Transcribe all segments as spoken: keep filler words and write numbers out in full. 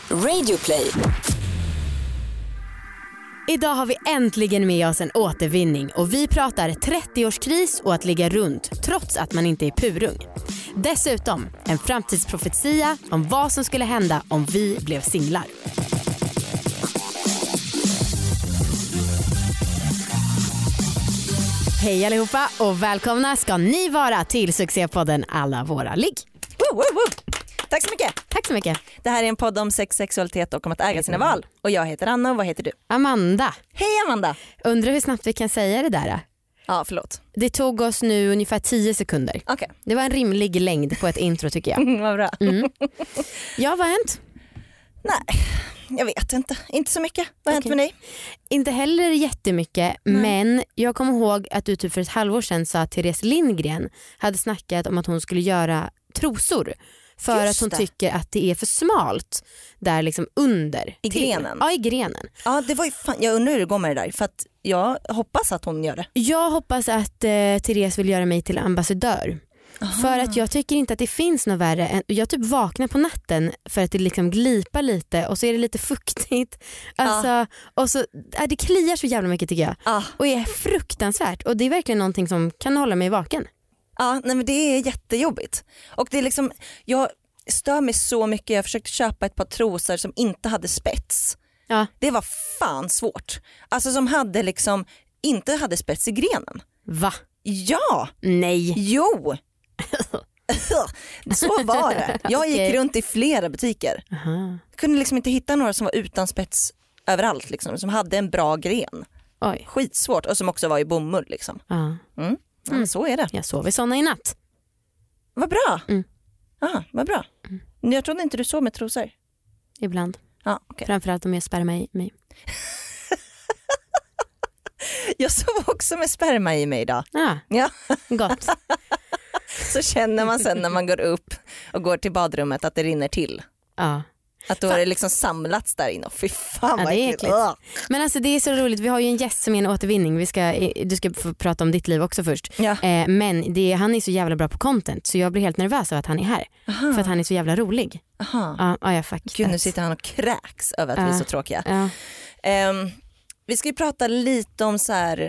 Radioplay. Idag har vi äntligen med oss en återvinning och vi pratar trettioårskris och att ligga runt trots att man inte är purung. Dessutom en framtidsprofetia om vad som skulle hända om vi blev singlar. Hej allihopa och välkomna ska ni vara till succépodden Alla våra ligg. Woo, woo, woo. Tack så mycket. Tack så mycket. Det här är en podd om sex, sexualitet och om att äga sina val. Och jag heter Anna och vad heter du? Amanda. Hej Amanda. Undrar hur snabbt vi kan säga det där. Ja, förlåt. Det tog oss nu ungefär tio sekunder. Okej. Okay. Det var en rimlig längd på ett intro tycker jag. Vad bra. Mm. Ja, vad har hänt? Nej, jag vet inte. Inte så mycket. Vad har okay. hänt med dig? Inte heller jättemycket, mm. men jag kommer ihåg att du typ för ett halvår sedan sa att Therese Lindgren hade snackat om att hon skulle göra trosor. För Just att hon det. tycker att det är för smalt där liksom under. I till. grenen? Ja, i grenen. Ja, det var ju fan, jag undrar hur det går med det där. För att jag hoppas att hon gör det. Jag hoppas att eh, Therese vill göra mig till ambassadör. Aha. För att jag tycker inte att det finns något värre än, jag typ vaknar på natten för att det liksom glipar lite och så är det lite fuktigt. Alltså, ja. Och så, äh, det kliar så jävla mycket tycker jag. Ja. Och är fruktansvärt. Och det är verkligen någonting som kan hålla mig vaken. Ja, nej men det är jättejobbigt. Och det är liksom, jag stör mig så mycket. Jag försökte köpa ett par trosor som inte hade spets. Ja. Det var fan svårt. Alltså som hade liksom, inte hade spets i grenen. Va? Ja. Nej. Jo. Så var det. Jag gick okay. runt i flera butiker. Aha. Jag kunde liksom inte hitta några som var utan spets överallt liksom, som hade en bra gren. Oj. Skitsvårt och som också var i bomull liksom. Ja. Mm. Ja, mm. Så är det. Jag sov i såna i natt. Vad bra. Mm. Aha, vad bra. Mm. Jag trodde inte du sov med trosor. Ibland. Ja, okay. Framförallt om jag sperma i mig. Jag sov också med sperma i mig idag. Ja, ja. Gott. Så känner man sen när man går upp och går till badrummet att det rinner till. Ja. Att då har det liksom samlats där inne. Fy fan ja, vad det är äckligt. Men alltså det är så roligt. Vi har ju en gäst som är en återvinning. Vi ska, du ska få prata om ditt liv också först. Ja. Eh, men det är, han är så jävla bra på content. Så jag blir helt nervös av att han är här. Aha. För att han är så jävla rolig. Aha. Ja, ja, jag faktiskt. Gud, nu sitter han och kräks över att ja. vi är så tråkiga. Ja. Um, vi ska ju prata lite om så här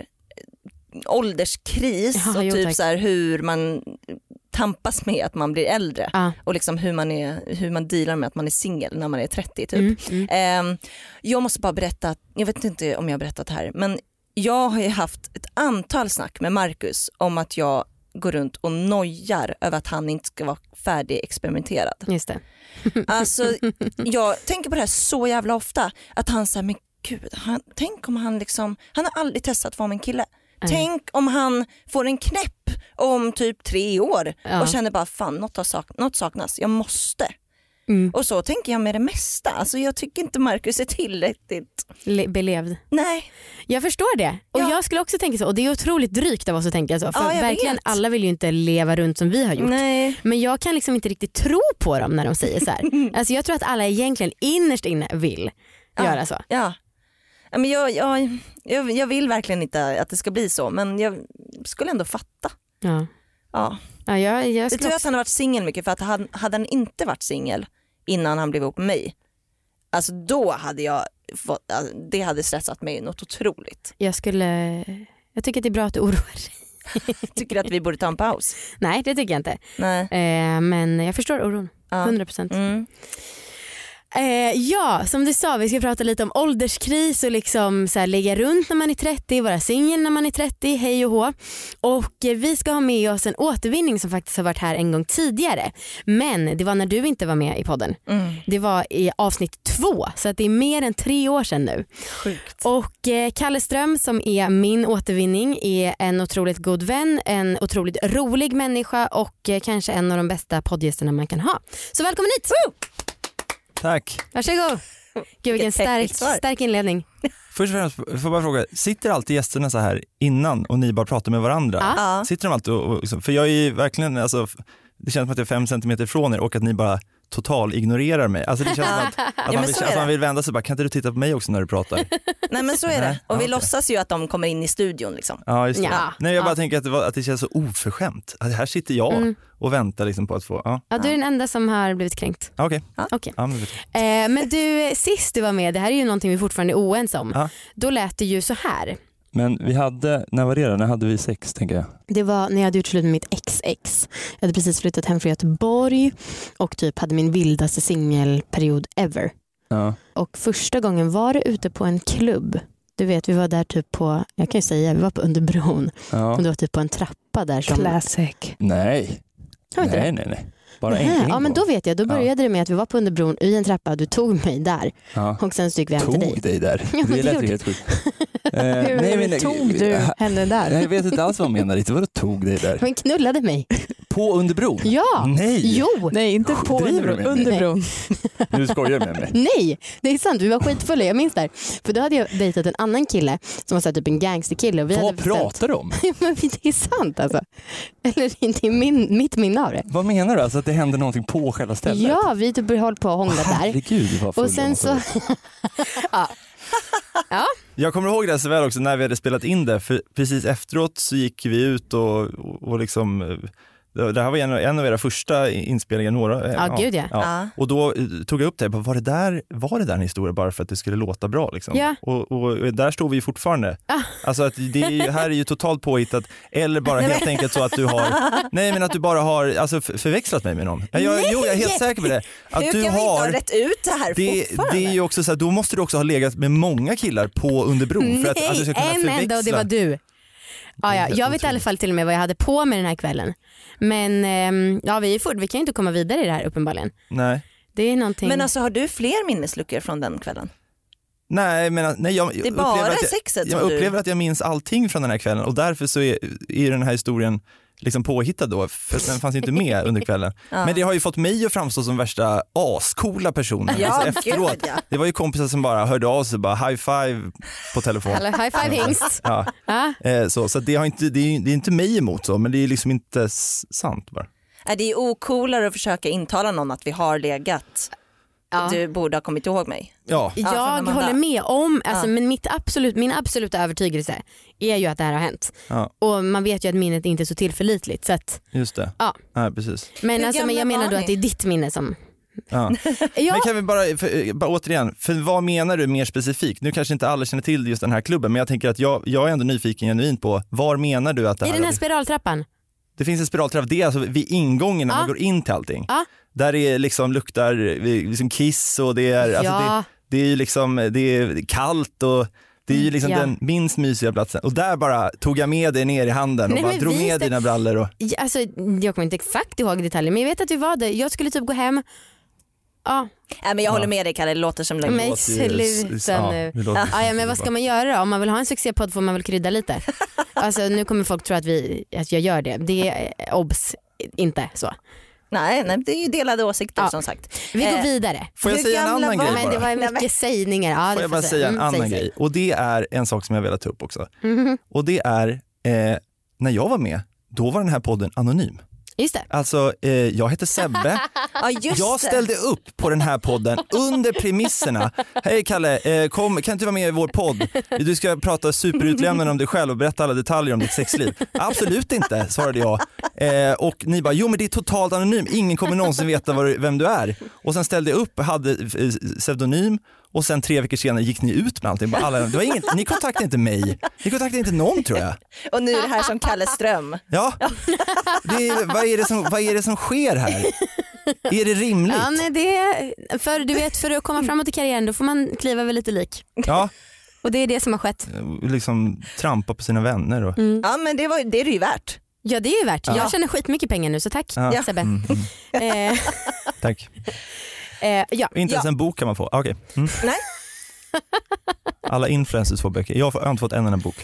ålderskris ja, och jo, typ så här hur man tampas med att man blir äldre ja. och liksom hur man är, hur man dealar med att man är singel när man är trettio typ. Mm, mm. Um, jag måste bara berätta, jag vet inte om jag har berättat här, men jag har ju haft ett antal snack med Marcus om att jag går runt och nojar över att han inte ska vara färdigexperimenterad. Just det. Alltså jag tänker på det här så jävla ofta att han säger, men gud, han, tänk om han liksom, han har aldrig testat att vara med en kille. Mm. Tänk om han får en knäpp om typ tre år ja. Och känner bara fan, något, har sak- något saknas, jag måste. Mm. Och så tänker jag med det mesta. Alltså jag tycker inte Marcus är tillräckligt Le- belevd. Nej. Jag förstår det. Och ja. Jag skulle också tänka så. Och det är otroligt drygt av oss att tänka så. För ja, verkligen vet. Alla vill ju inte leva runt som vi har gjort. Nej. Men jag kan liksom inte riktigt tro på dem när de säger så här. Alltså jag tror att alla egentligen innerst inne vill ja. göra så. Ja. Men jag, jag, jag, jag vill verkligen inte att det ska bli så. Men jag skulle ändå fatta. Ja. Ja. Ja, jag, jag, jag tror också... att han har varit singel mycket. För att han, hade han inte varit singel innan han blev ihop med mig, alltså då hade jag fått, det hade stressat mig något otroligt. Jag skulle, jag tycker att det är bra att du oroar dig. Tycker du att vi borde ta en paus? Nej, det tycker jag inte. Nej. Eh, men jag förstår oron, ja. hundra procent. Mm. Eh, ja, som du sa, vi ska prata lite om ålderskris och liksom så här, lägga runt när man är trettio, vara singel när man är trettio, hej och hå. Och eh, vi ska ha med oss en återvinning som faktiskt har varit här en gång tidigare. Men det var när du inte var med i podden. Mm. Det var i avsnitt två, så att det är mer än tre år sedan nu. Sjukt. Och eh, Kalle Ström som är min återvinning är en otroligt god vän, en otroligt rolig människa och eh, kanske en av de bästa poddgästerna man kan ha. Så välkommen hit! Woo! Tack. Varsågod. Gud vilken stark, stark inledning. Först och främst får jag bara fråga, sitter alltid gästerna så här innan och ni bara pratar med varandra? Ja. Sitter de alltid och, och för jag är verkligen, alltså, det känns som att jag är fem centimeter från er och att ni bara total ignorerar mig. Alltså det känns som att, att, Ja, man, men vill, så är att det. man vill vända sig bara, kan inte du titta på mig också när du pratar? Nej men så är det. Nej, Och vi okej. låtsas ju att de kommer in i studion liksom. Ja, just det. Ja. Nej, jag bara Ja. tänker att det, var, att det känns så oförskämt. Att här sitter jag Mm. och väntar liksom på att få... Ja, Ja, du är den enda som har blivit kränkt. ja okej. Okej. Ja, men vet du. Eh, men du, sist du var med, det här är ju någonting vi fortfarande är oense om. Ja. Då lät det ju så här. Men vi hade, när var det då? När hade vi sex tänker jag? Det var när jag hade gjort slut med mitt ex-ex. Jag hade precis flyttat hem från Göteborg och typ hade min vildaste singelperiod ever. Ja. Och första gången var det ute på en klubb. Du vet, vi var där typ på, jag kan ju säga, vi var på Underbron. Ja. Och det var typ på en trappa där som... Classic. Nej. Har vi inte nej, det? nej, nej. Bara en, Nähä, en ja men gång. då vet jag, då började det med att vi var på Underbron i en trappa, du tog mig där Ja. och sen så gick vi hem till dig. Tog dig där. Ja, men det det lät gjorde- ju helt sjukt. Eh, Hur nej, men- tog du eh, henne där? Jag vet inte alls vad hon menar riktigt. Vadå tog dig där? Hon knullade mig. På Underbron? Ja, Nej. jo, Nej, inte på Driver du Underbron. med mig? Underbron. Nu skojar du med mig. nej, det är sant, vi var skitfulla, jag minns där. För då hade jag dejtat en annan kille som var så här, typ en gangsterkille. Och vi Vad hade bestämt- pratar du om? Ja, men det är sant alltså. Eller inte min, mitt minne av det. Vad menar du? Alltså att det hände någonting på själva stället? Ja, vi typ höll på och hånglade där. Herregud vad full Och sen jag så... var. ja. ja. Jag kommer ihåg det så väl också när vi hade spelat in det, för precis efteråt så gick vi ut och, och, och liksom, det här var en, en av era första inspelningar, några. Ja, gud ja. Ja. Och då eh, tog jag upp det, bara, var det där var det där en historia bara för att det skulle låta bra liksom? Ja. Och, och, och där står vi ju fortfarande. Ah. Alltså att det är ju, här är ju totalt påhittat, eller bara helt enkelt så att du har, nej men att du bara har alltså, f- förväxlat mig med någon. Jag, jag, jo, jag är helt säker på det. Att Hur du kan vi inte ha har, rätt ut det här det, fortfarande? det är ju också så här, då måste du också ha legat med många killar på Underbron för att, att du ska kunna Nej, en förväxla. enda och det var du. Ja, ja. Jag vet i alla fall till och med vad jag hade på mig den här kvällen. Men ehm, ja, vi är fort, vi kan ju inte komma vidare i det här uppenbarligen. Nej. Det är någonting... Men alltså har du fler minnesluckor från den kvällen? Nej, men nej, jag Det är bara upplever att jag, sexet jag som du... upplever att jag minns allting från den här kvällen och därför så är, är den här historien liksom påhittad då, för den fanns inte med under kvällen. Ja. Men det har ju fått mig att framstå som värsta ascoola personen. Ja, Alltså efteråt. gud, ja. Det var ju kompisar som bara hörde av sig, bara high five på telefon. Eller high five hingst. Ja. Ja. Eh, så så det, har inte, det, är, det är inte mig emot så, men det är liksom inte s- sant bara. Nej, det är ocoolare att försöka intala någon att vi har legat. Ja. Du borde ha kommit ihåg mig. Ja, Ja, från Jag Amanda. håller med om, alltså, Ja. men mitt absolut, min absoluta övertygelse är ju att det här har hänt. ja, Och man vet ju att minnet inte är så tillförlitligt. Så att, just det. Ja. Nej, precis. men, Hur alltså, men gamla jag menar var då ni? att det är ditt minne som... Ja. Ja, Men kan vi bara, för, bara återigen, för vad menar du mer specifikt? Nu kanske inte alla känner till just den här klubben, men jag tänker att jag, jag är ändå nyfiken genuint på, var menar du att det i här... den här spiraltrappan. Det finns en spiraltrapp, det är alltså vid ingången när Ja. man går in till allting. Ja. Där det liksom luktar liksom kiss och det är, alltså Ja. det, det är ju liksom, det är kallt och det är ju liksom Ja. den minst mysiga platsen. Och där bara tog jag med dig ner i handen och Nej, bara men drog vi med stä- dina brallor. Och... Ja, alltså, jag kommer inte exakt ihåg detaljer, men jag vet att vi var där. Jag skulle typ gå hem. Ja, Nej, men jag håller med dig Kalle, det låter som lögn. men låter ju- sluta ja, nu. det låter- Ja, ja, men vad ska man göra då? Om man vill ha en succépodd får man väl krydda lite. Alltså, nu kommer folk tro att, vi, att jag gör det. Det är eh, obs, inte så. Nej, nej, det är ju delade åsikter Ja. som sagt. Vi går Eh, vidare. Får jag Hur säga en gamla annan var grej Men bara? det var Nej, men- mycket sägningar. Ja, Får det jag bara jag säga en Mm, annan säg, säg. grej? Och det är en sak som jag velat ta upp också. Mhm. Och det är, eh, när jag var med, då var den här podden anonym. Just det. Alltså, eh, jag heter Sebbe. Ja, just Jag det. ställde upp på den här podden under premisserna. Hej Kalle, eh, kom, kan inte vara med i vår podd? Du ska prata superutlämnande om dig själv och berätta alla detaljer om ditt sexliv. Absolut inte, svarade jag. Eh, och ni bara, jo men det är totalt anonym. Ingen kommer någonsin veta var, du- vem du är. Och sen ställde jag upp, hade eh, pseudonym. Och sen tre veckor senare gick ni ut med allting. Bara alla, det var inget, ni kontaktade inte mig. Ni kontaktade inte någon tror jag. Och nu är det här som Kalle Ström. Ja, det är, vad, är det som, vad är det som sker här? Är det rimligt? Ja, nej, det för, du vet, för att komma framåt i karriären då får man kliva väl lite lik. Ja, Och det är det som har skett. liksom trampa på sina vänner. Och... Mm. Ja, men det, var, det är det ju värt. Ja, det är ju värt. Ja. Jag tjänar skitmycket pengar nu, så tack Ja. Sebbe. Mm, mm. Eh, Tack. eh, ja. Inte ens Ja. en bok kan man få. Okej. Mm. Nej. Alla influencers får böcker. Jag har inte fått en enda bok.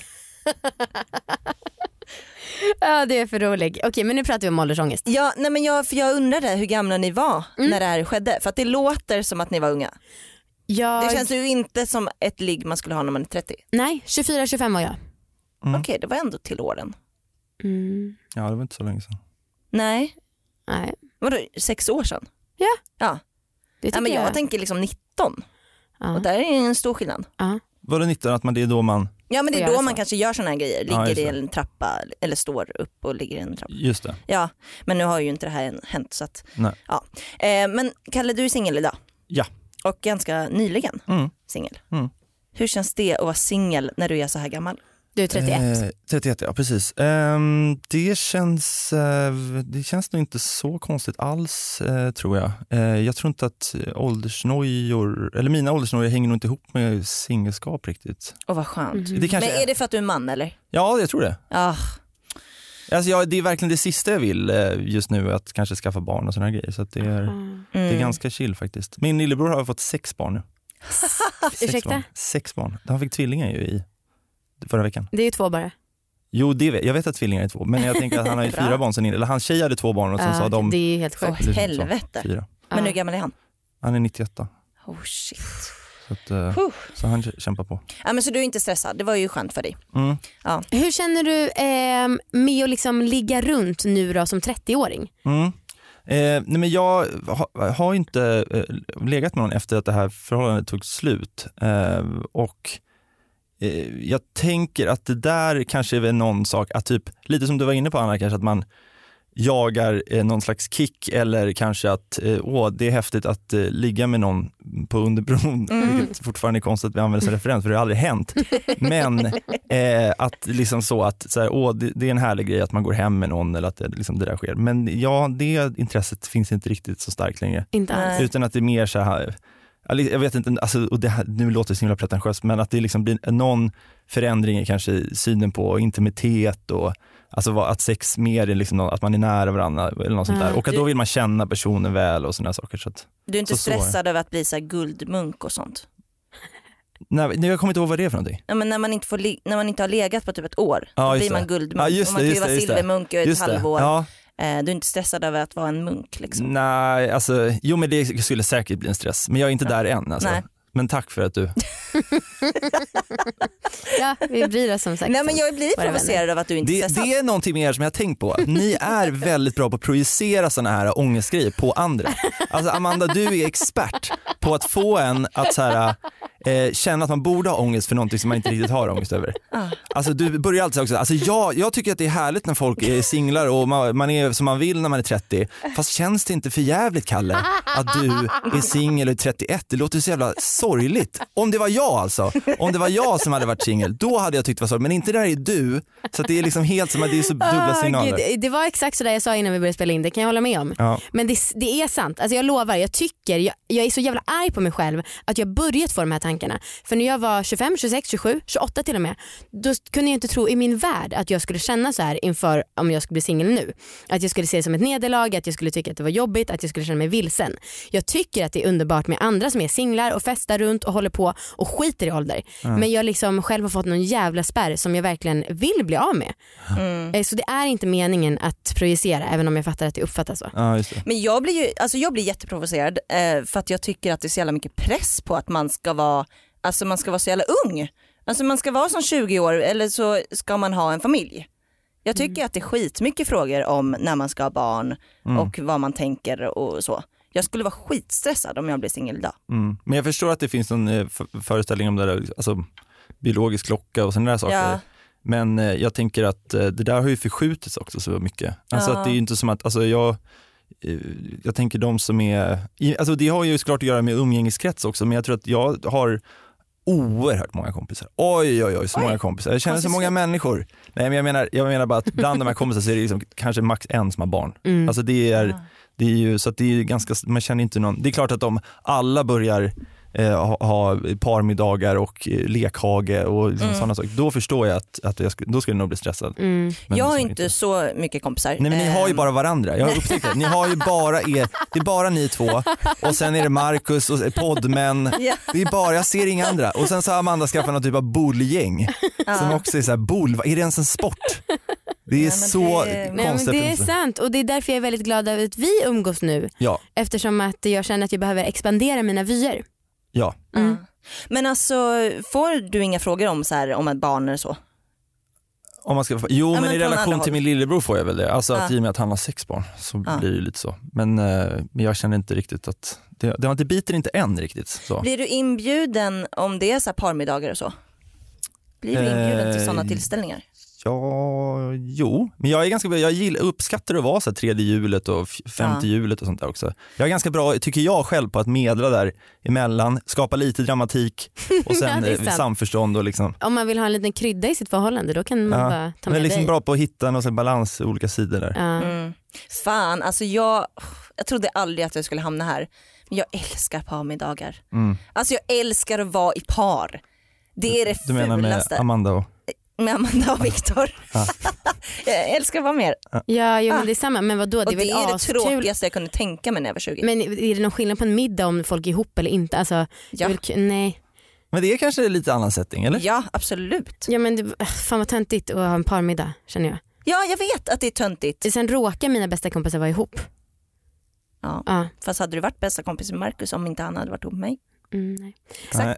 ja, det är för roligt. Okej, men nu pratar vi om åldersångest. Ja, nej, men jag, för jag undrade hur gamla ni var Mm. när det här skedde. För att det låter som att ni var unga. Jag, Det känns ju inte som ett ligg man skulle ha när man är trettio. Nej, tjugofyra tjugofem var jag. Mm. Okej, det var ändå till åren. Mm. Ja, det var inte så länge sedan. Nej, Nej. vadå, sex år sedan? Ja, Ja. det tycker Ja, men jag, jag. tänker liksom nitton. Ja. Och där är en stor skillnad. Ja. Var det nitton att man, det är då man, Ja, men det Får är göra då man så. kanske gör såna här grejer. Ja, Ligger just i det. en trappa eller står upp och ligger i en trappa. just det. Ja, men nu har ju inte det här än hänt så att, Nej. ja. Eh, men Kalle, du är singel idag. Ja. Och ganska nyligen Mm. singel. Mm. Hur känns det att vara singel när du är så här gammal? Du är trettioett. Eh, trettioett, ja precis. Ehm, det, känns, eh, det känns nog inte så konstigt alls eh, tror jag. Eh, jag tror inte att åldersnojor, eller mina åldersnojor hänger nog inte ihop med singelskap riktigt. Och vad skönt. Mhm. Det kanske Men är det för att du är man eller? Ja, jag tror det. Ah, Alltså, ja, det är verkligen det sista jag vill eh, just nu, att kanske skaffa barn och såna här grejer. Så att det, är, Mm. det är mm. ganska chill faktiskt. Min lillebror har fått sex barn nu. Sex Ursäkta? barn. Sex barn. Han fick tvillingar ju i förra veckan. Det är ju två bara. Jo, det vet, jag vet att tvillingar är två, men jag tänker att han har ju Bra. fyra barn sen innan. Eller hans tjej hade två barn och sen Ja, sa de... det är ju helt Åh, sjukt. liksom så, helvete. Fyra. Men Ja. hur gammal är han? Han är nittioåtta. Oh shit. Så, att, eh, Huh. så han kämpar på. Ja, men så du är inte stressad, det var ju skönt för dig. Mm. Hur känner du eh, med att liksom ligga runt nu då som trettioåring? Mm. Eh, nej men jag ha, har inte eh, legat med någon efter att det här förhållandet tog slut. Eh, och eh, jag tänker att det där kanske är väl någon sak, att typ, lite som du var inne på Anna, kanske att man jagar eh, någon slags kick, eller kanske att eh, åh, det är häftigt att eh, ligga med någon på underbron, Mm. vilket fortfarande är konstigt att vi använder som referens för det har aldrig hänt. Men eh, att liksom så att så här, åh, det, det är en härlig grej att man går hem med någon, eller att det, liksom det där sker. Men ja, det intresset finns inte riktigt så starkt längre. Inte alls. Nej. Utan att det är mer så här, jag vet inte, alltså, och det här, nu låter det så himla pretentiöst, men att det liksom blir någon förändring i kanske synen på intimitet och alltså vad- att sex mer är liksom något, att man är nära varandra eller något sånt Ja, där. Och att du- då vill man känna personen väl och såna saker. Så att, Du är inte Så så är det. stressad över att bli så här guldmunk och sånt? nej, nej, jag kommer inte ihåg vad det är för någonting. Ja, men när, man inte får li- när man inte har legat på typ ett år, Ja, då just blir man det. guldmunk. Ja, just och man det, kan ju just vara det, just det. silvermunk i ett Just det. halvår. Ja, Eh, du är inte stressad över att vara en munk liksom? nej, alltså, jo men det skulle säkert bli en stress. Men jag är inte där än. Alltså. Nej. Men tack för att du... Ja, vi bryr oss som sagt. Nej, men jag blir Våra provocerad av att du inte är Det, stressad. det är någonting med er som jag har tänkt på. Ni är väldigt bra på att projicera såna här ångestgrejer på andra. Alltså Amanda, du är expert på att få en att så här, eh, känna att man borde ha ångest för någonting som man inte riktigt har ångest över. Ah. Alltså du börjar alltid också, alltså jag, jag tycker att det är härligt när folk är singlar och man, man är som man vill när man är trettio. Fast känns det inte för jävligt, Kalle, att du är singel och är trettioett? Det låter så jävla sorgligt. Om det var jag alltså, om det var jag som hade varit singel, då hade jag tyckt det var sorgligt. Men inte där är du, så att det är liksom helt som att det är så dubbla Ah, signaler. gud, det var exakt så där jag sa innan vi började spela in, det kan jag hålla med om. Ja. Men det, det är sant, alltså jag lovar, jag tycker, jag, jag är så jävla arg på mig själv att jag börjat få de här tankarna. För när jag var tjugofem, tjugosex, tjugosju, tjugoåtta till och med, då kunde jag inte tro i min värld att jag skulle känna så här inför om jag skulle bli singel nu. Att jag skulle se det som ett nederlag, att jag skulle tycka att det var jobbigt, att jag skulle känna mig vilsen. Jag tycker att det är underbart med andra som är singlar och festar runt och håller på och skiter i ålder. Mm. Men jag liksom själv har fått någon jävla spärr som jag verkligen vill bli av med. Mm. Eh, Så det är inte meningen att projicera, även om jag fattar att det uppfattas så. Ja, just det. Men jag blir ju alltså jag blir jätteprovocerad eh, för att jag tycker att det är så jävla mycket press på att man ska vara, alltså man ska vara så jävla ung. Alltså man ska vara som tjugo år eller så ska man ha en familj. Jag tycker Mm. att det är skitmycket frågor om när man ska ha barn Mm. och vad man tänker och så. Jag skulle vara skitstressad om jag blir singel idag. Mm. Men jag förstår att det finns en eh, f- föreställning om det där, alltså biologisk klocka och sådana där saker. Ja. Men eh, jag tänker att eh, det där har ju förskjutits också så mycket. Alltså Ja. att det är ju inte som att, alltså jag, eh, jag tänker de som är, i, alltså det har ju såklart att göra med umgängeskrets också, men jag tror att jag har oerhört många kompisar. Oj oj oj, så Oj. många kompisar. Jag känner så Konstigt många slut. människor. Nej men jag menar, jag menar bara att bland de här kompisarna så är det liksom kanske max en som har barn. Mm. Alltså det är, Ja. det är ju så att det är ganska, man känner inte någon, det är klart att om alla börjar eh, ha, ha parmiddagar och eh, lekhage och liksom Mm. sådana saker, då förstår jag att, att jag skulle, då skulle jag nog bli stressad. Mm. Men Jag har så inte så mycket kompisar. Nej men ni har ju Ehm, bara varandra, jag har upptäckt det. Ni har ju bara er, det är bara ni två och sen är det Marcus och poddmän. Ja. Det är bara, jag ser inga andra. Och sen så har Amanda skaffat någon typ av bollgäng som Ja. också är så här, boll, vad är det ens en sport? Det är Ja, men så det- Nej, men konstigt. det är sant och det är därför jag är väldigt glad över att vi umgås nu. Ja, Eftersom att jag känner att jag behöver expandera mina vyer. ja. Mm. Ja. Men alltså får du inga frågor om så här om ett barn eller så? Om man ska, jo ja, men, men i relation till min lillebror får jag väl det. Alltså att ja. i och med att han har sex barn så ja. blir det lite så. Men, men jag känner inte riktigt att, det, det, det biter inte än riktigt. Så. Blir du inbjuden om det är så här parmiddagar och så? Blir du inbjuden eh, till sådana tillställningar? Ja, jo. Men jag är ganska jag gillar, uppskattar att vara så här tredje hjulet och femte ja. hjulet och sånt där också. Jag är ganska bra, tycker jag själv, på att medla där emellan, skapa lite dramatik och sen ja, samförstånd och liksom. Om man vill ha en liten krydda i sitt förhållande då kan man ja. bara ta med. Men är liksom dig. bra på att hitta någon balans i olika sidor där. Ja. Mm. Fan, alltså jag jag trodde aldrig att jag skulle hamna här. Men jag älskar parmiddagar. Mm. Alltså jag älskar att vara i par. Det är det du fulaste. Du menar med Amanda och med Amanda och Viktor. Ja. Jag älskar att vara med. Ja, jo, men det är samma. Men vadå, det och är väl det är askul. det tråkigaste jag kunde tänka mig när jag var tjugo. Men är det någon skillnad på en middag om folk är ihop eller inte? Alltså, ja. vill, nej. Men det är kanske lite annan setting, eller? Ja, absolut. Ja, men det, fan vad töntigt att ha en parmiddag, känner jag. Ja, jag vet att det är töntigt. Sen råkar mina bästa kompisar vara ihop. Ja, ja. Fast hade du varit bästa kompis med Marcus om inte han hade varit ihop med mig? Mm, nej. Exakt.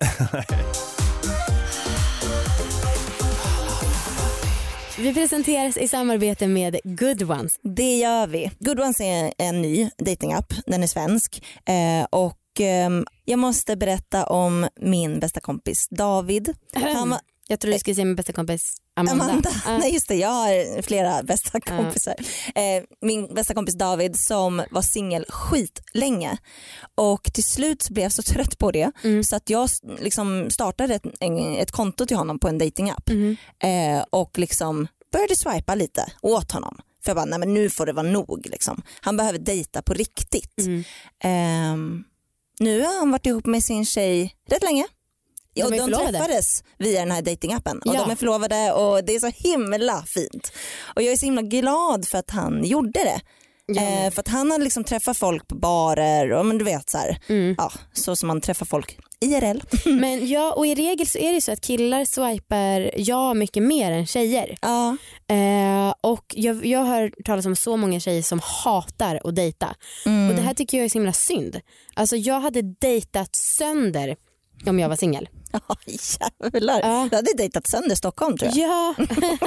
Vi presenteras i samarbete med Good Ones. Det gör vi. Good Ones är en ny datingapp. Den är svensk. Eh, och eh, jag måste berätta om min bästa kompis David. Han var... Jag tror du skulle säga min bästa kompis Amanda. Amanda. Ah. Nej just det, jag har flera bästa kompisar. Ah. Eh, min bästa kompis David som var singel skitlänge. Och till slut så blev jag så trött på det. Mm. Så att jag liksom startade ett, ett konto till honom på en datingapp. Mm. Eh, och liksom började swipa lite åt honom. För jag bara, nej men nu får det vara nog. Liksom. Han behöver dejta på riktigt. Mm. Eh, nu har han varit ihop med sin tjej rätt länge. De, och de träffades via den här datingappen och ja. de är förlovade och det är så himla fint. Och jag är så himla glad för att han gjorde det. Ja. Eh, för att han har liksom träffat folk på barer och men du vet så här, mm. ja, så som man träffar folk I R L. Men ja, och i regel så är det så att killar swipar ja mycket mer än tjejer. Ja. Eh, och jag, jag har talat om så många tjejer som hatar att dejta. Mm. Och det här tycker jag är så himla synd. Alltså jag hade dejtat sönder om jag var singel. Ja, jävlar. Ja. Du hade dejtat sönder Stockholm tror jag. Ja.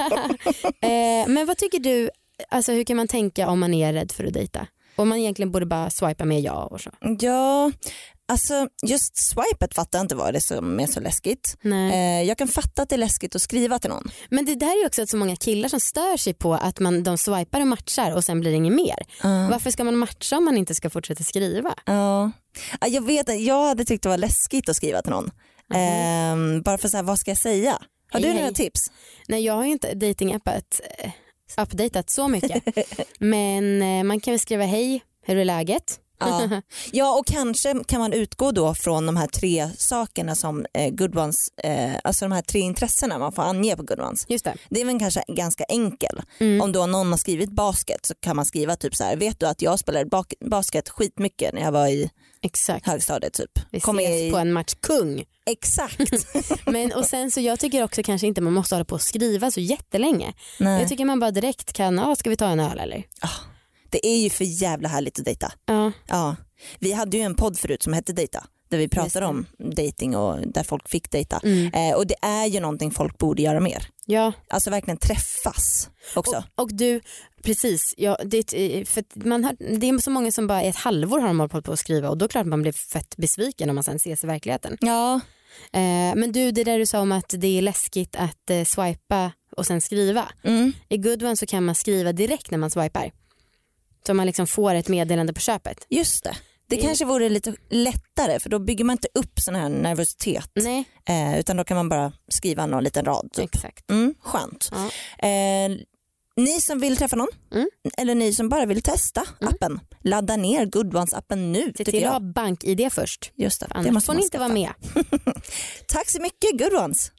eh, men vad tycker du, alltså hur kan man tänka om man är rädd för att dejta? Om man egentligen borde bara swipa med ja och så. Ja, alltså just swipet fattar jag inte vad det som är så läskigt. Eh, jag kan fatta att det är läskigt att skriva till någon. Men det där är också att så många killar som stör sig på att man, de swipar och matchar och sen blir det inget mer. Uh. Varför ska man matcha om man inte ska fortsätta skriva? Ja, uh. jag vet, jag hade tyckt det var läskigt att skriva till någon. Uh-huh. Eh, bara för så här, vad ska jag säga? Har hej, du några hej. tips? Nej, jag har ju inte datingappat eh, updatat så mycket. Men eh, man kan väl skriva hej, hur är läget? Ja. ja, och kanske kan man utgå då från de här tre sakerna som eh, Good Ones, eh, alltså de här tre intressena man får ange på Good Ones. Just det. Det är väl kanske ganska enkel. Mm. Om då någon har skrivit basket så kan man skriva typ så här, vet du att jag spelade bak- basket skitmycket när jag var i Exakt. högstadiet typ. Vi Kom ses i... på en match kung. Exakt. Men och sen så jag tycker också kanske inte man måste hålla på att skriva så jättelänge. Nej. Jag tycker man bara direkt kan, ja, ska vi ta en öl eller? Oh. Det är ju för jävla härligt att dejta. Ja. Ja. Vi hade ju en podd förut som hette Dejta. Där vi pratade om dating och där folk fick dejta. Mm. Eh, och det är ju någonting folk borde göra mer. Ja. Alltså verkligen träffas också. Och, och du, precis. Ja, det, för man har, det är så många som bara ett halvår har de hållit på att skriva. Och då klart man blir fett besviken om man sen ses i verkligheten. Ja. Eh, men du, det där du sa om att det är läskigt att eh, swipa och sen skriva. Mm. I Good One så kan man skriva direkt när man swipar. Så man liksom får ett meddelande på köpet. Just det. Det mm. kanske vore lite lättare för då bygger man inte upp sån här nervositet. Nej. Eh, utan då kan man bara skriva någon liten rad. Typ. Exakt. Mm, skönt. Ja. Eh, ni som vill träffa någon mm. eller ni som bara vill testa mm. appen, ladda ner Good Ones-appen nu. Se till att ha bank-I D först. Just det. Annars det måste får ni inte vara med. Tack så mycket Good Ones.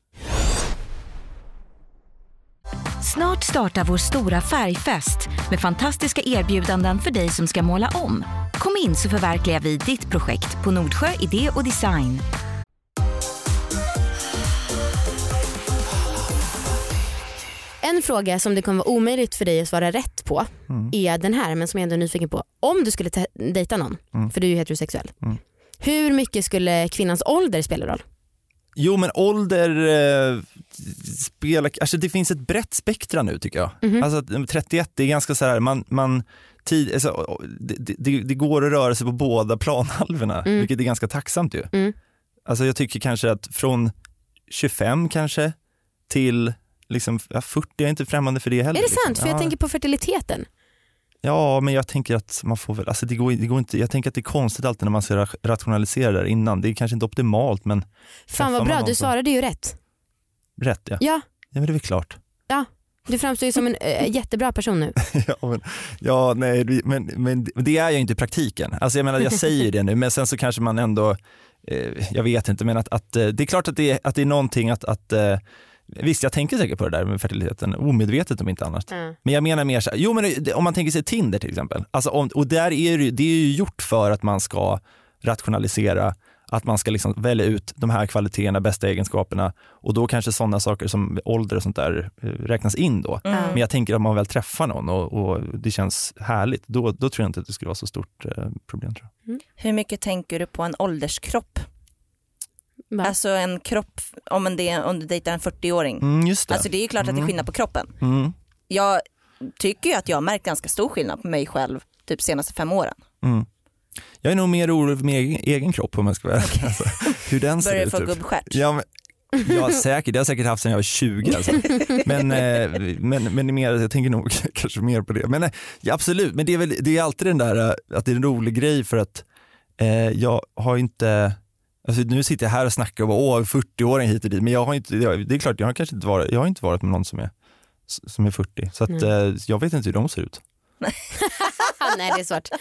Snart startar vår stora färgfest med fantastiska erbjudanden för dig som ska måla om. Kom in så förverkligar vi ditt projekt på Nordsjö Idé och Design. En fråga som det kommer vara omöjligt för dig att svara rätt på mm. är den här, men som jag ändå är nyfiken på. Om du skulle te- dejta någon, mm. för du är ju heterosexuell. Mm. Hur mycket skulle kvinnans ålder spela roll? Jo men ålder eh, spelar, alltså det finns ett brett spektra nu tycker jag. Mm-hmm. Alltså trettioett det är ganska så här, man, man tid, alltså, det, det, det går att röra sig på båda planhalvorna, mm. vilket är ganska tacksamt ju. Mm. Alltså jag tycker kanske att från tjugofem kanske till liksom, ja, fyrtio, jag är inte främmande för det heller. Är det sant? Liksom. För jag ja. tänker på fertiliteten. Ja, men jag tänker att man får väl, alltså det går, det går inte, jag tänker att det är konstigt alltid när man ska rationalisera där innan. Det är kanske inte optimalt, men fan vad bra, du svarade ju rätt. Rätt, ja. Ja. Ja, men det är väl klart. Ja, du framstår ju som en äh, jättebra person nu. ja, men, ja, nej, men, men det är jag inte i praktiken. Alltså jag menar, jag säger det nu, men sen så kanske man ändå, eh, jag vet inte, men att, att det är klart att det är, att det är någonting att, att eh, visst, jag tänker säkert på det där med fertiliteten, omedvetet om inte annat. Mm. Men jag menar mer så här, jo men om man tänker sig Tinder till exempel, alltså om, och där är det, det är ju gjort för att man ska rationalisera, att man ska liksom välja ut de här kvaliteterna, bästa egenskaperna, och då kanske sådana saker som ålder och sånt där räknas in då. Mm. Men jag tänker att man väl träffar någon och, och det känns härligt, då, då tror jag inte att det skulle vara så stort eh, problem tror jag. Mm. Hur mycket tänker du på en ålderskropp? Va? Alltså en kropp, om det är, om du dejtar en fyrtio-åring. Mm, just det. Alltså det är ju klart att det är skillnad på kroppen. Mm. Jag tycker ju att jag har märkt ganska stor skillnad på mig själv typ senaste fem åren. Mm. Jag är nog mer orolig för min egen, egen kropp om jag ska vara okay. alltså, hur den ser Börjar ut. Börjar få typ. gubbstjärt? Ja, men, ja säkert, det har jag säkert haft sedan jag var tjugo alltså. men, eh, men, men mer, jag tänker nog kanske mer på det. Men eh, ja, absolut, men det är, väl, det är alltid den där att det är en rolig grej för att eh, jag har inte... Alltså, nu sitter jag här och snackar och bara, åh, fyrtio-åring hit och dit. Men jag har inte, det är klart, jag har kanske inte varit, jag har inte varit med någon som är, som är fyrtio. Så att, mm. eh, jag vet inte hur de ser ut. Nej, det är svårt.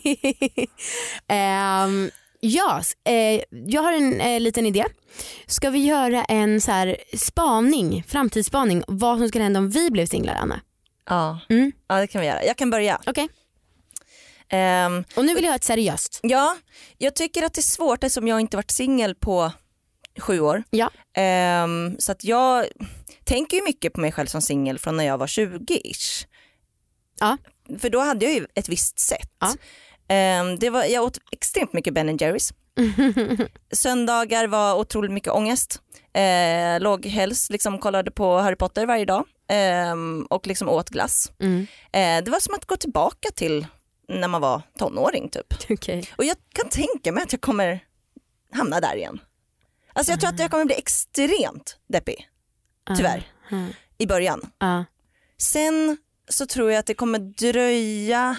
um, ja, eh, jag har en eh, liten idé. Ska vi göra en så här spaning, framtidsspaning, vad som skulle hända om vi blev singlar, Anna? Ja, mm. ja det kan vi göra. Jag kan börja. Okej. Okay. Um, och nu vill jag ha ett seriöst. Ja, jag tycker att det är svårt eftersom jag inte varit singel på sju år. Ja. Um, så att jag tänker ju mycket på mig själv som singel från när jag var tjugo-ish. Ja. För då hade jag ju ett visst sätt. Ja. Um, det var, jag åt extremt mycket Ben and Jerry's. Söndagar var otroligt mycket ångest. Uh, låg helst, liksom kollade på Harry Potter varje dag. Um, och liksom åt glass. Mm. Uh, det var som att gå tillbaka till när man var tonåring typ. Okay. Och jag kan tänka mig att jag kommer hamna där igen. Alltså jag tror uh. att jag kommer bli extremt deppig. Tyvärr. Uh. Uh. I början. Uh. Sen så tror jag att det kommer dröja.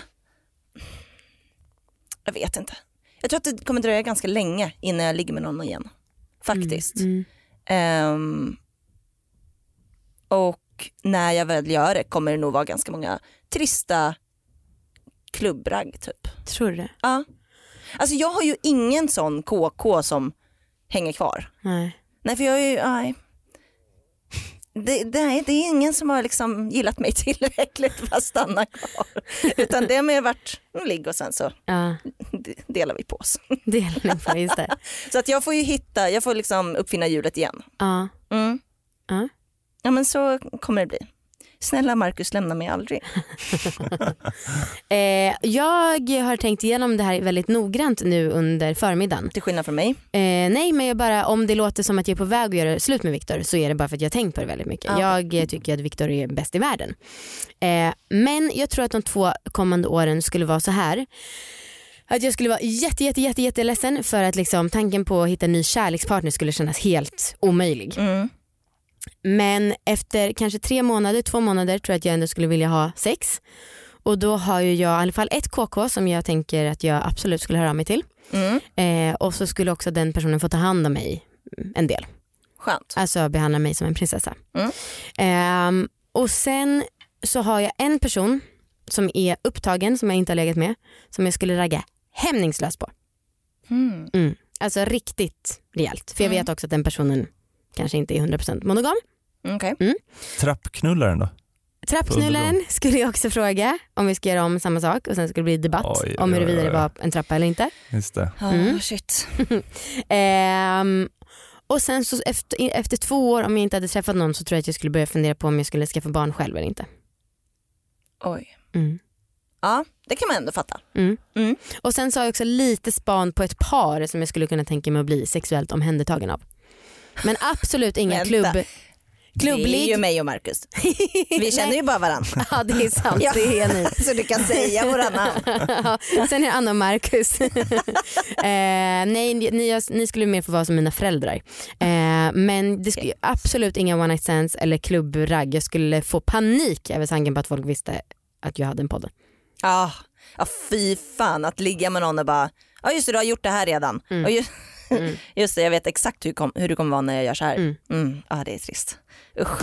Jag vet inte. Jag tror att det kommer dröja ganska länge innan jag ligger med någon igen. Faktiskt. Mm. Mm. Um, och när jag väl gör det kommer det nog vara ganska många trista klubbragg typ. Tror du det? Ja. Alltså jag har ju ingen sån K K som hänger kvar. Nej. Nej, för jag är ju, nej. Det, det, det är ingen som har liksom gillat mig tillräckligt för att stanna kvar. Utan det har mer varit en ligg och sen så ja. delar vi på oss. Delar på, just det. Så att jag får ju hitta, jag får liksom uppfinna hjulet igen. Ja. Mm. Ja. Ja, men så kommer det bli. Snälla Marcus, lämna mig aldrig. eh, jag har tänkt igenom det här väldigt noggrant nu under förmiddagen. Till skillnad från mig? Eh, nej, men jag bara, om det låter som att jag är på väg att göra slut med Viktor så är det bara för att jag har tänkt på det väldigt mycket. Ah, okay. Jag tycker att Viktor är bäst i världen. Eh, men jag tror att de två kommande åren skulle vara så här. Att jag skulle vara jätte, jätte, jätte, jätte ledsen för att liksom, tanken på att hitta en ny kärlekspartner skulle kännas helt omöjlig. Mm. Men efter kanske tre månader, två månader tror jag att jag ändå skulle vilja ha sex. Och då har ju jag i alla fall ett K K som jag tänker att jag absolut skulle höra av mig till. Mm. Eh, och så skulle också den personen få ta hand om mig en del. Skönt. Alltså behandla mig som en prinsessa. Mm. Eh, och sen så har jag en person som är upptagen, som jag inte har legat med, som jag skulle ragga hämningslöst på. Mm. Mm. Alltså riktigt rejält. För jag vet också att den personen kanske inte är hundra procent monogam. Okay. Mm. Trappknullaren då? Trappknullaren skulle jag också fråga om vi ska göra om samma sak och sen skulle det bli debatt oj, om huruvida oj, oj. det var en trappa eller inte. Just det. Mm. Oh, shit. ehm, och sen så efter, efter två år om jag inte hade träffat någon så tror jag att jag skulle börja fundera på om jag skulle skaffa barn själv eller inte. Oj. Mm. Ja, det kan man ändå fatta. Mm. Mm. Och sen så har jag också lite span på ett par som jag skulle kunna tänka mig att bli sexuellt omhändertagen av. Men absolut inga Vänta. klubb. Klubblig. Det är ju mig och Marcus. Vi känner ju bara varandra. Ja, det är sant. Ja. Det är ni. Så du kan säga våra namn. Ja, sen är det Anna och Marcus. eh, nej, ni, ni skulle mer få vara som mina föräldrar. Eh, men det skulle absolut inga one night stands eller klubbragg. Jag skulle få panik över tanken på att folk visste att jag hade en podd. Ja, ja fy fan att ligga med någon och bara, ja just det, du har gjort det här redan. Mm. Och just, Mm. just det, jag vet exakt hur, kom, hur det kommer vara när jag gör så här. Mm. Mm. Ja, det är trist. Usch.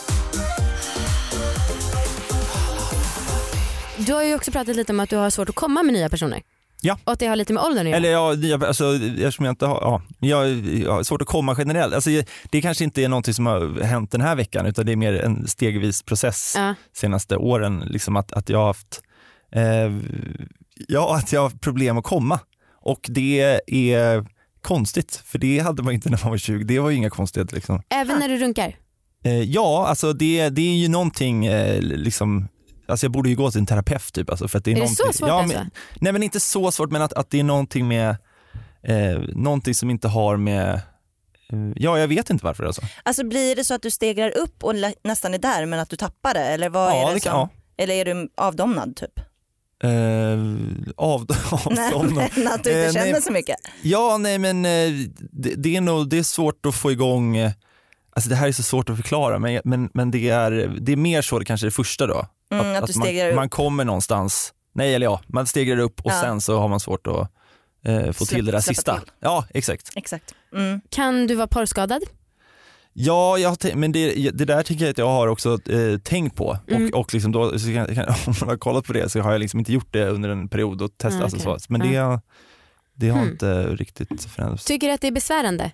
Du har ju också pratat lite om att du har svårt att komma med nya personer. Ja. Och att det har lite med åldern att göra. Eller ja, nya, alltså, eftersom jag inte har, ja, jag, jag har svårt att komma generellt. Alltså, det kanske inte är något som har hänt den här veckan utan det är mer en stegvis process Ja. senaste åren. Liksom att, att jag har haft eh, ja, att jag har problem att komma. Och det är konstigt, för det hade man inte när man var tjugo. Det var ju inga konstigheter liksom. Även när du runkar? Eh, ja, alltså det, det är ju någonting eh, liksom. Alltså jag borde ju gå till en terapeut typ. Alltså för att det är, Är det någonting, så svårt ja, alltså? men, nej men inte så svårt, men att, att det är någonting med eh, någonting som inte har med eh, ja jag vet inte varför alltså. Alltså blir det så att du stegrar upp och lä- nästan är där men att du tappar det? Eller vad Ja, är det, det som, kan- ja. Eller är du avdomnad typ? Eh, av, Nej, avdomnad. men att du inte Eh, känner nej. så mycket. Ja, nej men eh, det, det är nog det är svårt att få igång. eh, Alltså det här är så svårt att förklara, men men men det är det är mer så det kanske det första då. Mm, att du stegrar man, upp. man kommer någonstans. Nej eller ja, man stegrar upp och Ja. sen så har man svårt att eh, få Släpp- till det där släppa sista. till. Ja, exakt. Exakt. Mm. Kan du vara porrskadad? Ja, jag har tänkt, men det, det där tycker jag att jag har också eh, tänkt på. Mm. Och, och liksom då, så kan, kan, om man har kollat på det så har jag liksom inte gjort det under en period och testat. Mm, alltså okej. så. Men det, det har Mm. inte riktigt förändrats. Tycker du att det är besvärande?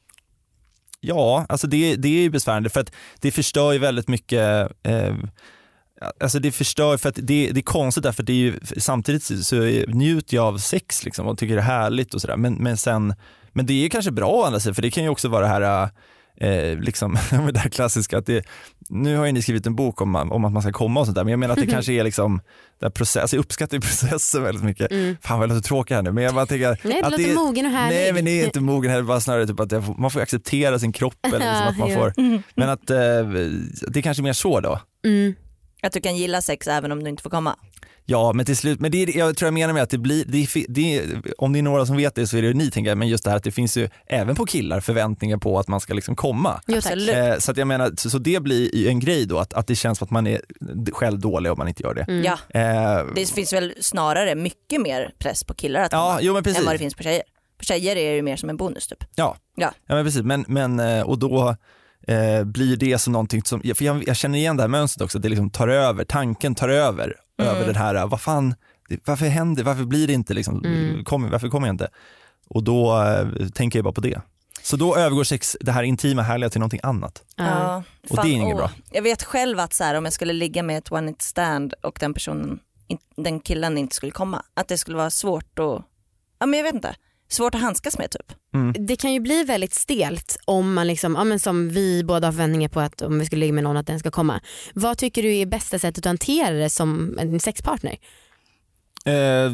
Ja, alltså det, det är ju besvärande för att det förstör ju väldigt mycket. Eh, alltså det förstör för att det, det är konstigt därför att det är ju, samtidigt så njuter jag av sex liksom och tycker det är härligt och sådär. Men, men sen, men det är ju kanske bra å andra sidan, för det kan ju också vara det här eh, liksom, det här klassiska att det, nu har ju ni skrivit en bok om, om att man ska komma och sånt där, men jag menar att det kanske är liksom där process, alltså jag uppskattar ju processen väldigt mycket. Mm. Fan vad jag låter tråkig här nu, men jag bara tänker Nej, det att låter det, mogen och härlig. nej men det är inte mogen här, bara snarare typ att jag får, man får acceptera sin kropp eller liksom Ja, att man ja. får, men att eh, det är kanske mer så då. Mm. Att du kan gilla sex även om du inte får komma. Ja, men till slut, men det är, jag tror jag menar med att det blir, det är, det är, om det är några som vet det så är det ju ni tänker jag, men just det här att det finns ju även på killar förväntningar på att man ska liksom komma. Jo, tack. Absolut. Eh, så att jag menar, så, så det blir ju en grej då att, att det känns som att man är själv dålig om man inte gör det. Mm. Ja, Eh, det finns väl snarare mycket mer press på killar att komma ja, jo men precis. än vad det finns på tjejer. På tjejer är det ju mer som en bonus typ. Ja, Ja. ja men precis, men, men eh, och då eh, blir det som någonting som, för jag, jag känner igen det här mönstret också, att det liksom tar över, tanken tar över, Mm. över den här, vad fan, det, varför händer, varför blir det inte liksom, Mm. kom, varför kommer jag inte? Och då eh, tänker jag bara på det. Så då övergår sex, det här intima härliga till någonting annat. Ja. Och det är inget bra. Jag vet själv att så här, om jag skulle ligga med ett one night stand och den personen, in, den killen inte skulle komma, att det skulle vara svårt att, ja men jag vet inte, svårt att handskas med typ. Det kan ju bli väldigt stelt om man liksom, ja, men som vi båda har förväntningar på att om vi skulle ligga med någon att den ska komma. Vad tycker du är bästa sättet att hantera det som en sexpartner? Eh,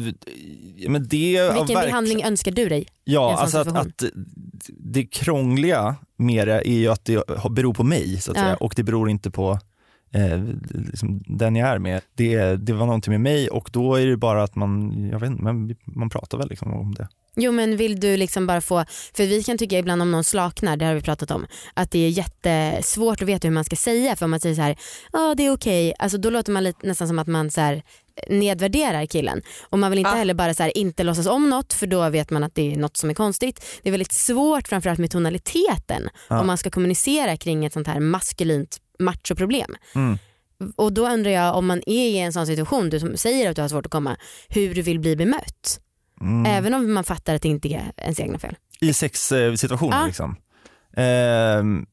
men det, ja, Vilken verk- behandling önskar du dig? i Ja, en sån alltså att, situation? att det krångliga med det är ju att det beror på mig så att Ja. säga, och det beror inte på eh, liksom den jag är med. Det, det var någonting med mig och då är det bara att man, jag vet inte, man, man pratar väl liksom om det. Jo, men vill du liksom bara få, för vi kan tycka ibland om någon slaknar, det har vi pratat om, att det är jättesvårt att veta hur man ska säga, för om man säger så här, ja det är okej, alltså då låter man lite, nästan som att man så här nedvärderar killen, och man vill inte Ja. heller bara så här, inte låtsas om något, för då vet man att det är något som är konstigt. Det är väldigt svårt framförallt med tonaliteten Ja. om man ska kommunicera kring ett sånt här maskulint machoproblem. Mm. Och då undrar jag, om man är i en sån situation, du som säger att du har svårt att komma, hur du vill bli bemött. Mm. Även om man fattar att det inte är ens egna fel. I sexsituationer Ja. liksom. Ehm,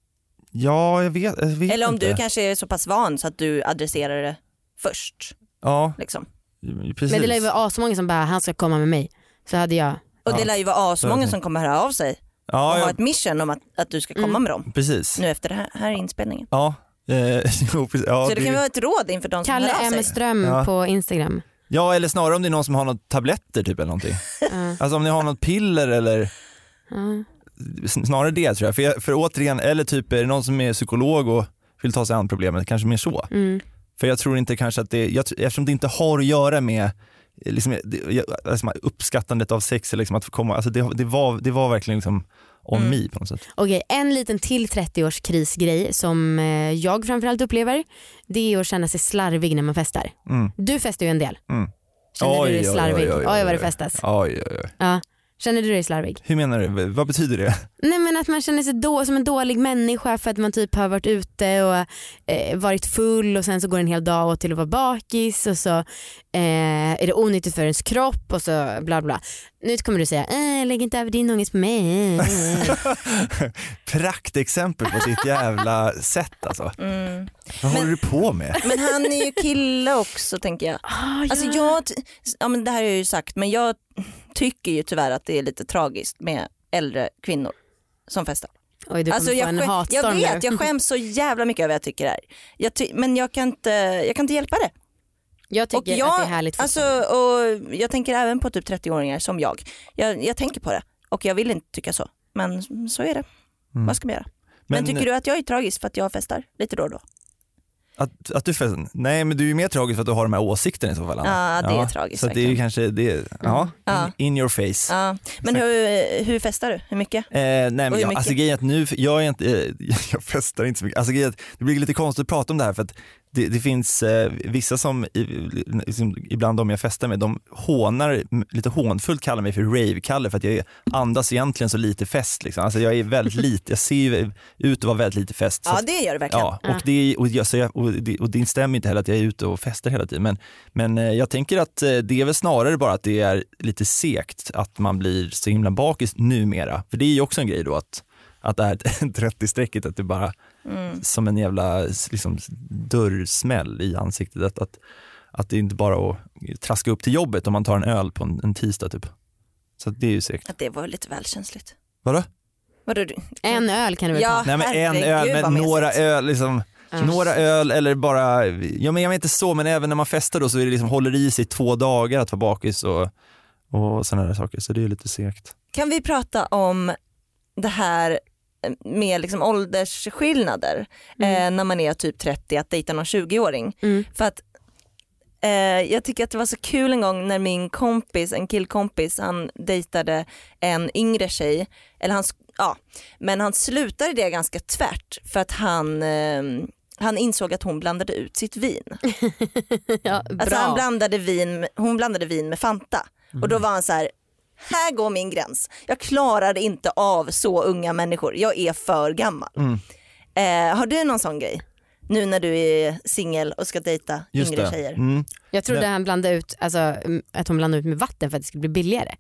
ja, jag vet, jag vet Eller om inte. du kanske är så pass van så att du adresserar det först. Ja, Liksom. precis. Men det lär ju vara asmånga som bara, han ska komma med mig. Så hade jag. Och Ja. det lär ju vara asmånga som kommer höra av sig och ja, ha ja, ett mission om att, att du ska komma Mm. med dem precis. nu efter det här, här inspelningen. Ja, eh, jo, precis. Ja, Så det kan vara ett råd inför de som Kalle hör av M. sig. Ström Ja. på Instagram. ja, eller snarare om det är någon som har något tabletter typ eller någonting. Ja. Alltså om ni har något piller eller Ja. snarare det tror jag. För, jag, för återigen, eller typ är det någon som är psykolog och vill ta sig an problemet, kanske mer så. Mm. För jag tror inte kanske att det, jag, eftersom det inte har att göra med liksom, det, liksom, uppskattandet av sex eller liksom, att få komma, alltså det, det, var, det var verkligen liksom on mm. me på något sätt. Okej, en liten till trettio-årskrisgrej som eh, jag framförallt upplever, det är att känna sig slarvig när man festar. Mm. Du festar ju en del. Mm. Känner oj, du dig slarvig? Oj, oj, oj, oj, oj vad det festas. Oj, oj, oj. Ja. Känner du dig slarvig? Hur menar du? Vad betyder det? Nej, men att man känner sig då, som en dålig människa för att man typ har varit ute och eh, varit full och sen så går en hel dag åt till att vara bakis och så eh, är det onyttigt för ens kropp och så bla bla. Nu kommer du säga, äh, lägg inte över din ångest på mig. Praktexempel på sitt jävla sätt alltså. Mm. Vad men, håller du på med? Men han är ju kille också tänker jag. Ah, ja. Alltså jag, ja men det här har jag ju sagt, men jag tycker ju tyvärr att det är lite tragiskt med äldre kvinnor som festar. Oj, du alltså jag, jag, skäm, jag vet, jag skäms så jävla mycket över vad jag tycker det här. Jag ty, men jag kan, inte, jag kan inte hjälpa det. Jag tycker jag, att det är härligt. Alltså, och jag tänker även på typ trettio-åringar som jag. jag. Jag tänker på det och jag vill inte tycka så. Men så är det. Mm. Vad ska man göra? Men, men tycker du att jag är tragisk för att jag festar lite då och då? Att, att du festar? Nej, men du är ju mer tragisk för att du har de här åsikterna i så fall. Anna. Ja, det är ja, tragiskt. Så det är ju kanske, det, ja, ja. In, in your face. Ja. Men hur, hur festar du? Hur mycket? Eh, nej, men jag, mycket? Alltså grejen att nu, jag, är inte, eh, jag festar inte så mycket. Alltså grejen att det blir lite konstigt att prata om det här för att det, det finns eh, vissa som liksom, ibland de jag festar med, de hånar, lite hånfullt kallar mig för rave-kalle för att jag andas egentligen så lite fest liksom. Alltså jag är väldigt lite, jag ser ju ut att vara väldigt lite fest. Ja, att, det gör det verkligen. Ja, och det, och, jag, så jag, och, det, och det stämmer inte heller att jag är ute och festar hela tiden, men, men eh, jag tänker att eh, det är väl snarare bara att det är lite segt att man blir så himla bakis numera, för det är ju också en grej då att att det här trettio-strecket att det bara mm. som en jävla liksom, dörrsmäll i ansiktet att, att, att det inte bara att traska upp till jobbet om man tar en öl på en, en tisdag typ. Så det är ju säkert. Att det var lite välkänsligt. Vadå? Vadå du? En öl kan du väl ja, ta? Nej men en öl med några öl liksom, mm. några öl eller bara, ja men jag vet inte så, men även när man festar då så är det liksom håller i sig två dagar att vara bakis och, och sådana där saker, så det är lite segt. Kan vi prata om det här med liksom åldersskillnader mm. eh, när man är typ trettio att dejta någon tjugo-åring. Mm. För att eh, jag tycker att det var så kul en gång när min kompis, en killkompis, han dejtade en yngre tjej. Eller han, ja, men han slutade det ganska tvärt för att han, eh, han insåg att hon blandade ut sitt vin. Ja, bra. Alltså han blandade vin, hon blandade vin med Fanta. Mm. Och då var han så här: här går min gräns. Jag klarar inte av så unga människor. Jag är för gammal. Mm. Eh, har du någon sån grej? Nu när du är singel och ska dejta Just yngre det. tjejer. Mm. Jag trodde han blandade ut, alltså, att hon blandade ut med vatten för att det skulle bli billigare.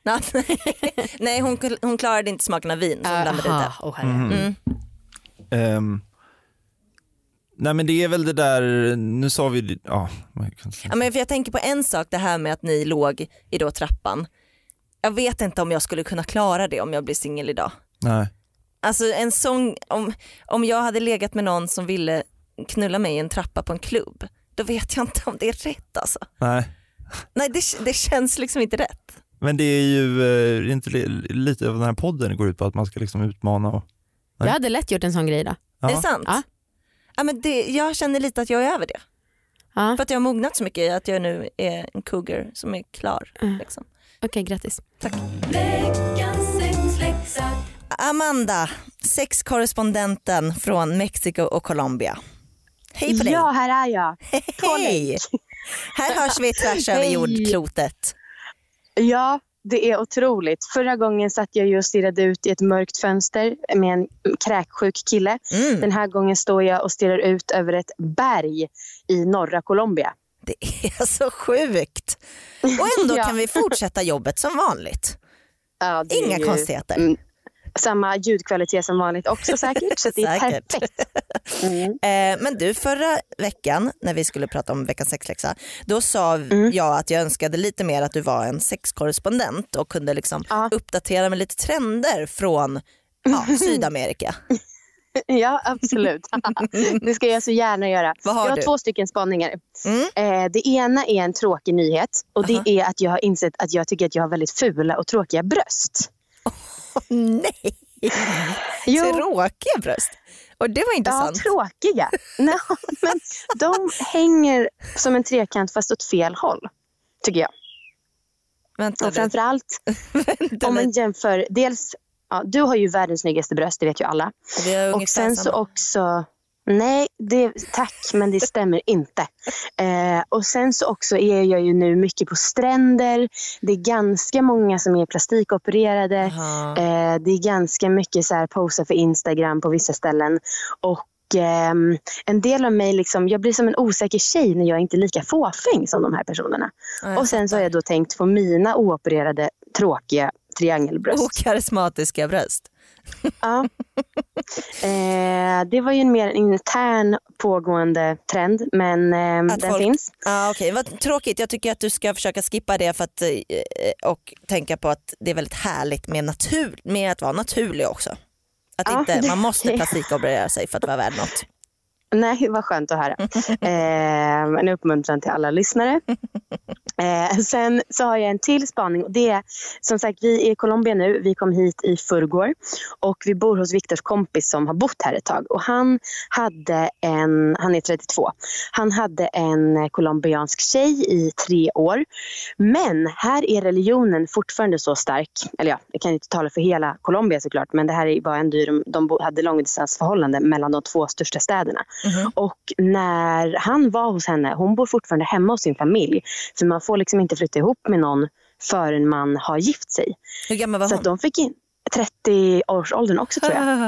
Nej, hon, hon klarade inte smaken av vin så hon blandade ut det. Oh, mm. Mm. Um. Nej men det är väl det där, nu sa vi, ja. Ja, men för jag tänker på en sak, det här med att ni låg i då trappan. Jag vet inte om jag skulle kunna klara det om jag blir singel idag. Nej. Alltså en sån, om, om jag hade legat med någon som ville knulla mig i en trappa på en klubb, då vet jag inte om det är rätt alltså. Nej. Nej, det, det känns liksom inte rätt. Men det är ju eh, inte lite av den här podden går ut på att man ska liksom utmana och... Jag hade lätt gjort en sån grej då. Ja. Är det sant? Ja. Ja, men det, jag känner lite att jag är över det. Ja. För att jag har mognat så mycket att jag nu är en cougar som är klar. Mm. Liksom. Okej, okay, grattis. Tack. Amanda, sexkorrespondenten från Mexiko och Colombia. Hej på dig. Ja, här är jag. Hej. Här hörs vi tvärs över jordklotet. Ja, det är otroligt. Förra gången satt jag ju och stirrade ut i ett mörkt fönster med en kräksjuk kille. Mm. Den här gången står jag och stirrar ut över ett berg i norra Colombia. Det är så sjukt. Och ändå ja. Kan vi fortsätta jobbet som vanligt. Ja, inga ju, konstigheter. Mm, samma ljudkvalitet som vanligt också säkert. Så det är perfekt. Mm. Eh, men du, förra veckan när vi skulle prata om veckans sexläxa, då sa mm. jag att jag önskade lite mer att du var en sexkorrespondent och kunde liksom ja. uppdatera med lite trender från ja, Sydamerika. Ja, absolut. Det ska jag så gärna göra. Vad har jag har du? två stycken spaningar. Mm. Eh, det ena är en tråkig nyhet. Och det Aha. är att jag har insett att jag tycker att jag har väldigt fula och tråkiga bröst. Oh, nej! Jo. Tråkiga bröst. Och det var intressant. Ja, tråkiga. No, men de hänger som en trekant fast åt fel håll, tycker jag. Vänta och framförallt Vänta om man lite. jämför, dels, ja, du har ju världens snyggaste bröst, det vet ju alla. Vi har Och ungefär sen så samma. också, nej, det, tack, men det stämmer inte. Eh, och sen så också är jag ju nu mycket på stränder. Det är ganska många som är plastikopererade. Aha. Eh, det är ganska mycket så här posa för Instagram på vissa ställen. Och ehm, en del av mig, liksom, jag blir som en osäker tjej när jag inte är lika fåfäng som de här personerna. Ja, jag och sen så har jag då tänkt på mina oopererade, tråkiga triangelbröst. Okarismatiska bröst. Ja. Eh, det var ju en mer intern pågående trend, men eh, Att den folk- finns. Ja, okej, vad tråkigt. Jag tycker att du ska försöka skippa det för att, eh, och tänka på att det är väldigt härligt med, natur, med att vara naturlig också. Att Ja, inte, det- man måste plastikoperera sig för att vara värd något. Nej, vad skönt att höra. Eh, en uppmuntran till alla lyssnare. Eh, sen så har jag en till spaning. Och det är, som sagt, vi är i Colombia nu. Vi kom hit i förrgår. Och vi bor hos Viktors kompis som har bott här ett tag. Och han hade en, han är trettiotvå. Han hade en colombiansk tjej i tre år. Men här är religionen fortfarande så stark. Eller ja, jag kan inte tala för hela Colombia såklart. Men det här var en dyr, de bo- hade långdistansförhållande mellan de två största städerna. Mhm. Och när han var hos henne, hon bor fortfarande hemma hos sin familj. För man får liksom inte flytta ihop med någon förrän man har gift sig. Hur gammal var Så hon? att de fick in trettio-årsåldern också, tror jag.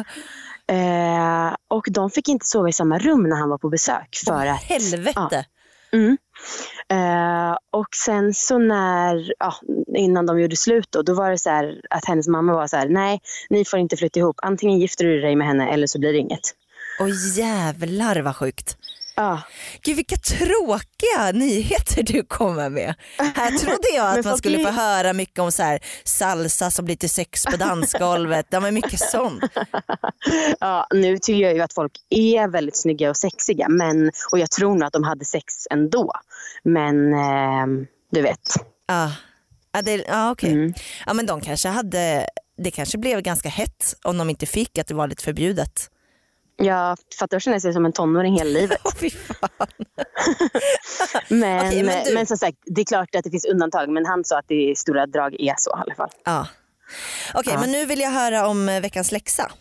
Eh, och de fick inte sova i samma rum när han var på besök. För att, Helvete. mm. eh, och sen så när, ja, innan de gjorde slut då, då var det så här att hennes mamma var så här: nej, ni får inte flytta ihop. Antingen gifter du dig med henne eller så blir det inget. Oj jävlar vad sjukt. Ja. Gud vilka tråkiga nyheter du kommer med. Här trodde jag att Men man folk skulle är- få höra mycket om så här salsa som blir till sex på dansgolvet. Det var mycket sånt. Ja, nu tycker jag ju att folk är väldigt snygga och sexiga, men, och jag tror nog att de hade sex ändå. Men eh, du vet. Ja, ja, det, ja okej. Mm. Ja men de kanske hade, det kanske blev ganska hett om de inte fick, att det var lite förbjudet. Jag fattar att känna sig som en tonåring hela livet. Åh fy fan. Men, Okej, men men, du- som sagt, det är klart att det finns undantag, men han sa att det i stora drag är så i alla fall. Ja. Okej, Ja. men nu vill jag höra om eh, veckans läxa.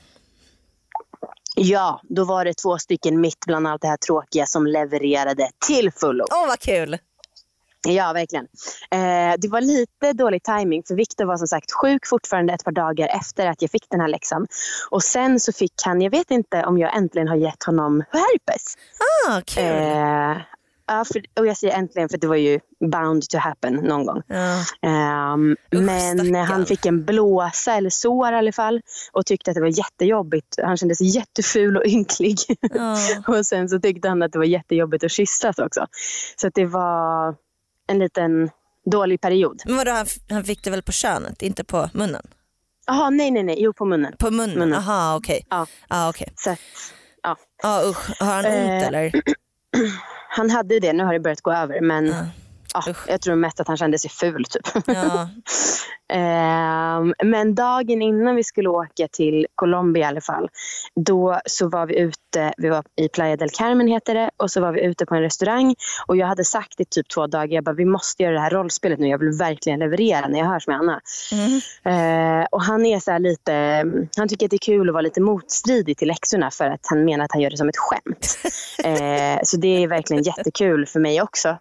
Ja, då var det två stycken mitt bland allt det här tråkiga som levererade till fullo. Åh vad kul. Ja, verkligen. Eh, det var lite dålig timing för Viktor var som sagt sjuk fortfarande ett par dagar efter att jag fick den här läxan. Och sen så fick han, jag vet inte om jag äntligen har gett honom herpes. Ah, kul. Eh, ja, för, och jag säger äntligen för det var ju bound to happen någon gång. Ja. Um, Usch, men stackarn. han fick en blåsa eller sår i alla fall och tyckte att det var jättejobbigt. Han kände sig jätteful och ynklig. Ja. Och sen så tyckte han att det var jättejobbigt att kyssas också. Så att det var en liten dålig period. Men vadå, han, f- han fick det väl på könet, inte på munnen? Jaha, nej nej nej, jo på munnen. På munnen? Munnen. Aha, okej. Ja. Ah, okej. Så att, ja. Ah, usch. Har han ont Eh, eller? Han hade det, nu har det börjat gå över. Men Ja. ja, Usch. jag tror mest att han kände sig ful typ. Ja. Ehm, men dagen innan vi skulle åka till Colombia i alla fall, då så var vi ute, vi var i Playa del Carmen heter det, och så var vi ute på en restaurang och jag hade sagt i typ två dagar, jag bara, vi måste göra det här rollspelet nu, jag vill verkligen leverera när jag hörs med Anna. Mm. Ehm, och han är så här lite, han tycker att det är kul att vara lite motstridig till läxorna för att han menar att han gör det som ett skämt. Ehm, så det är verkligen jättekul för mig också.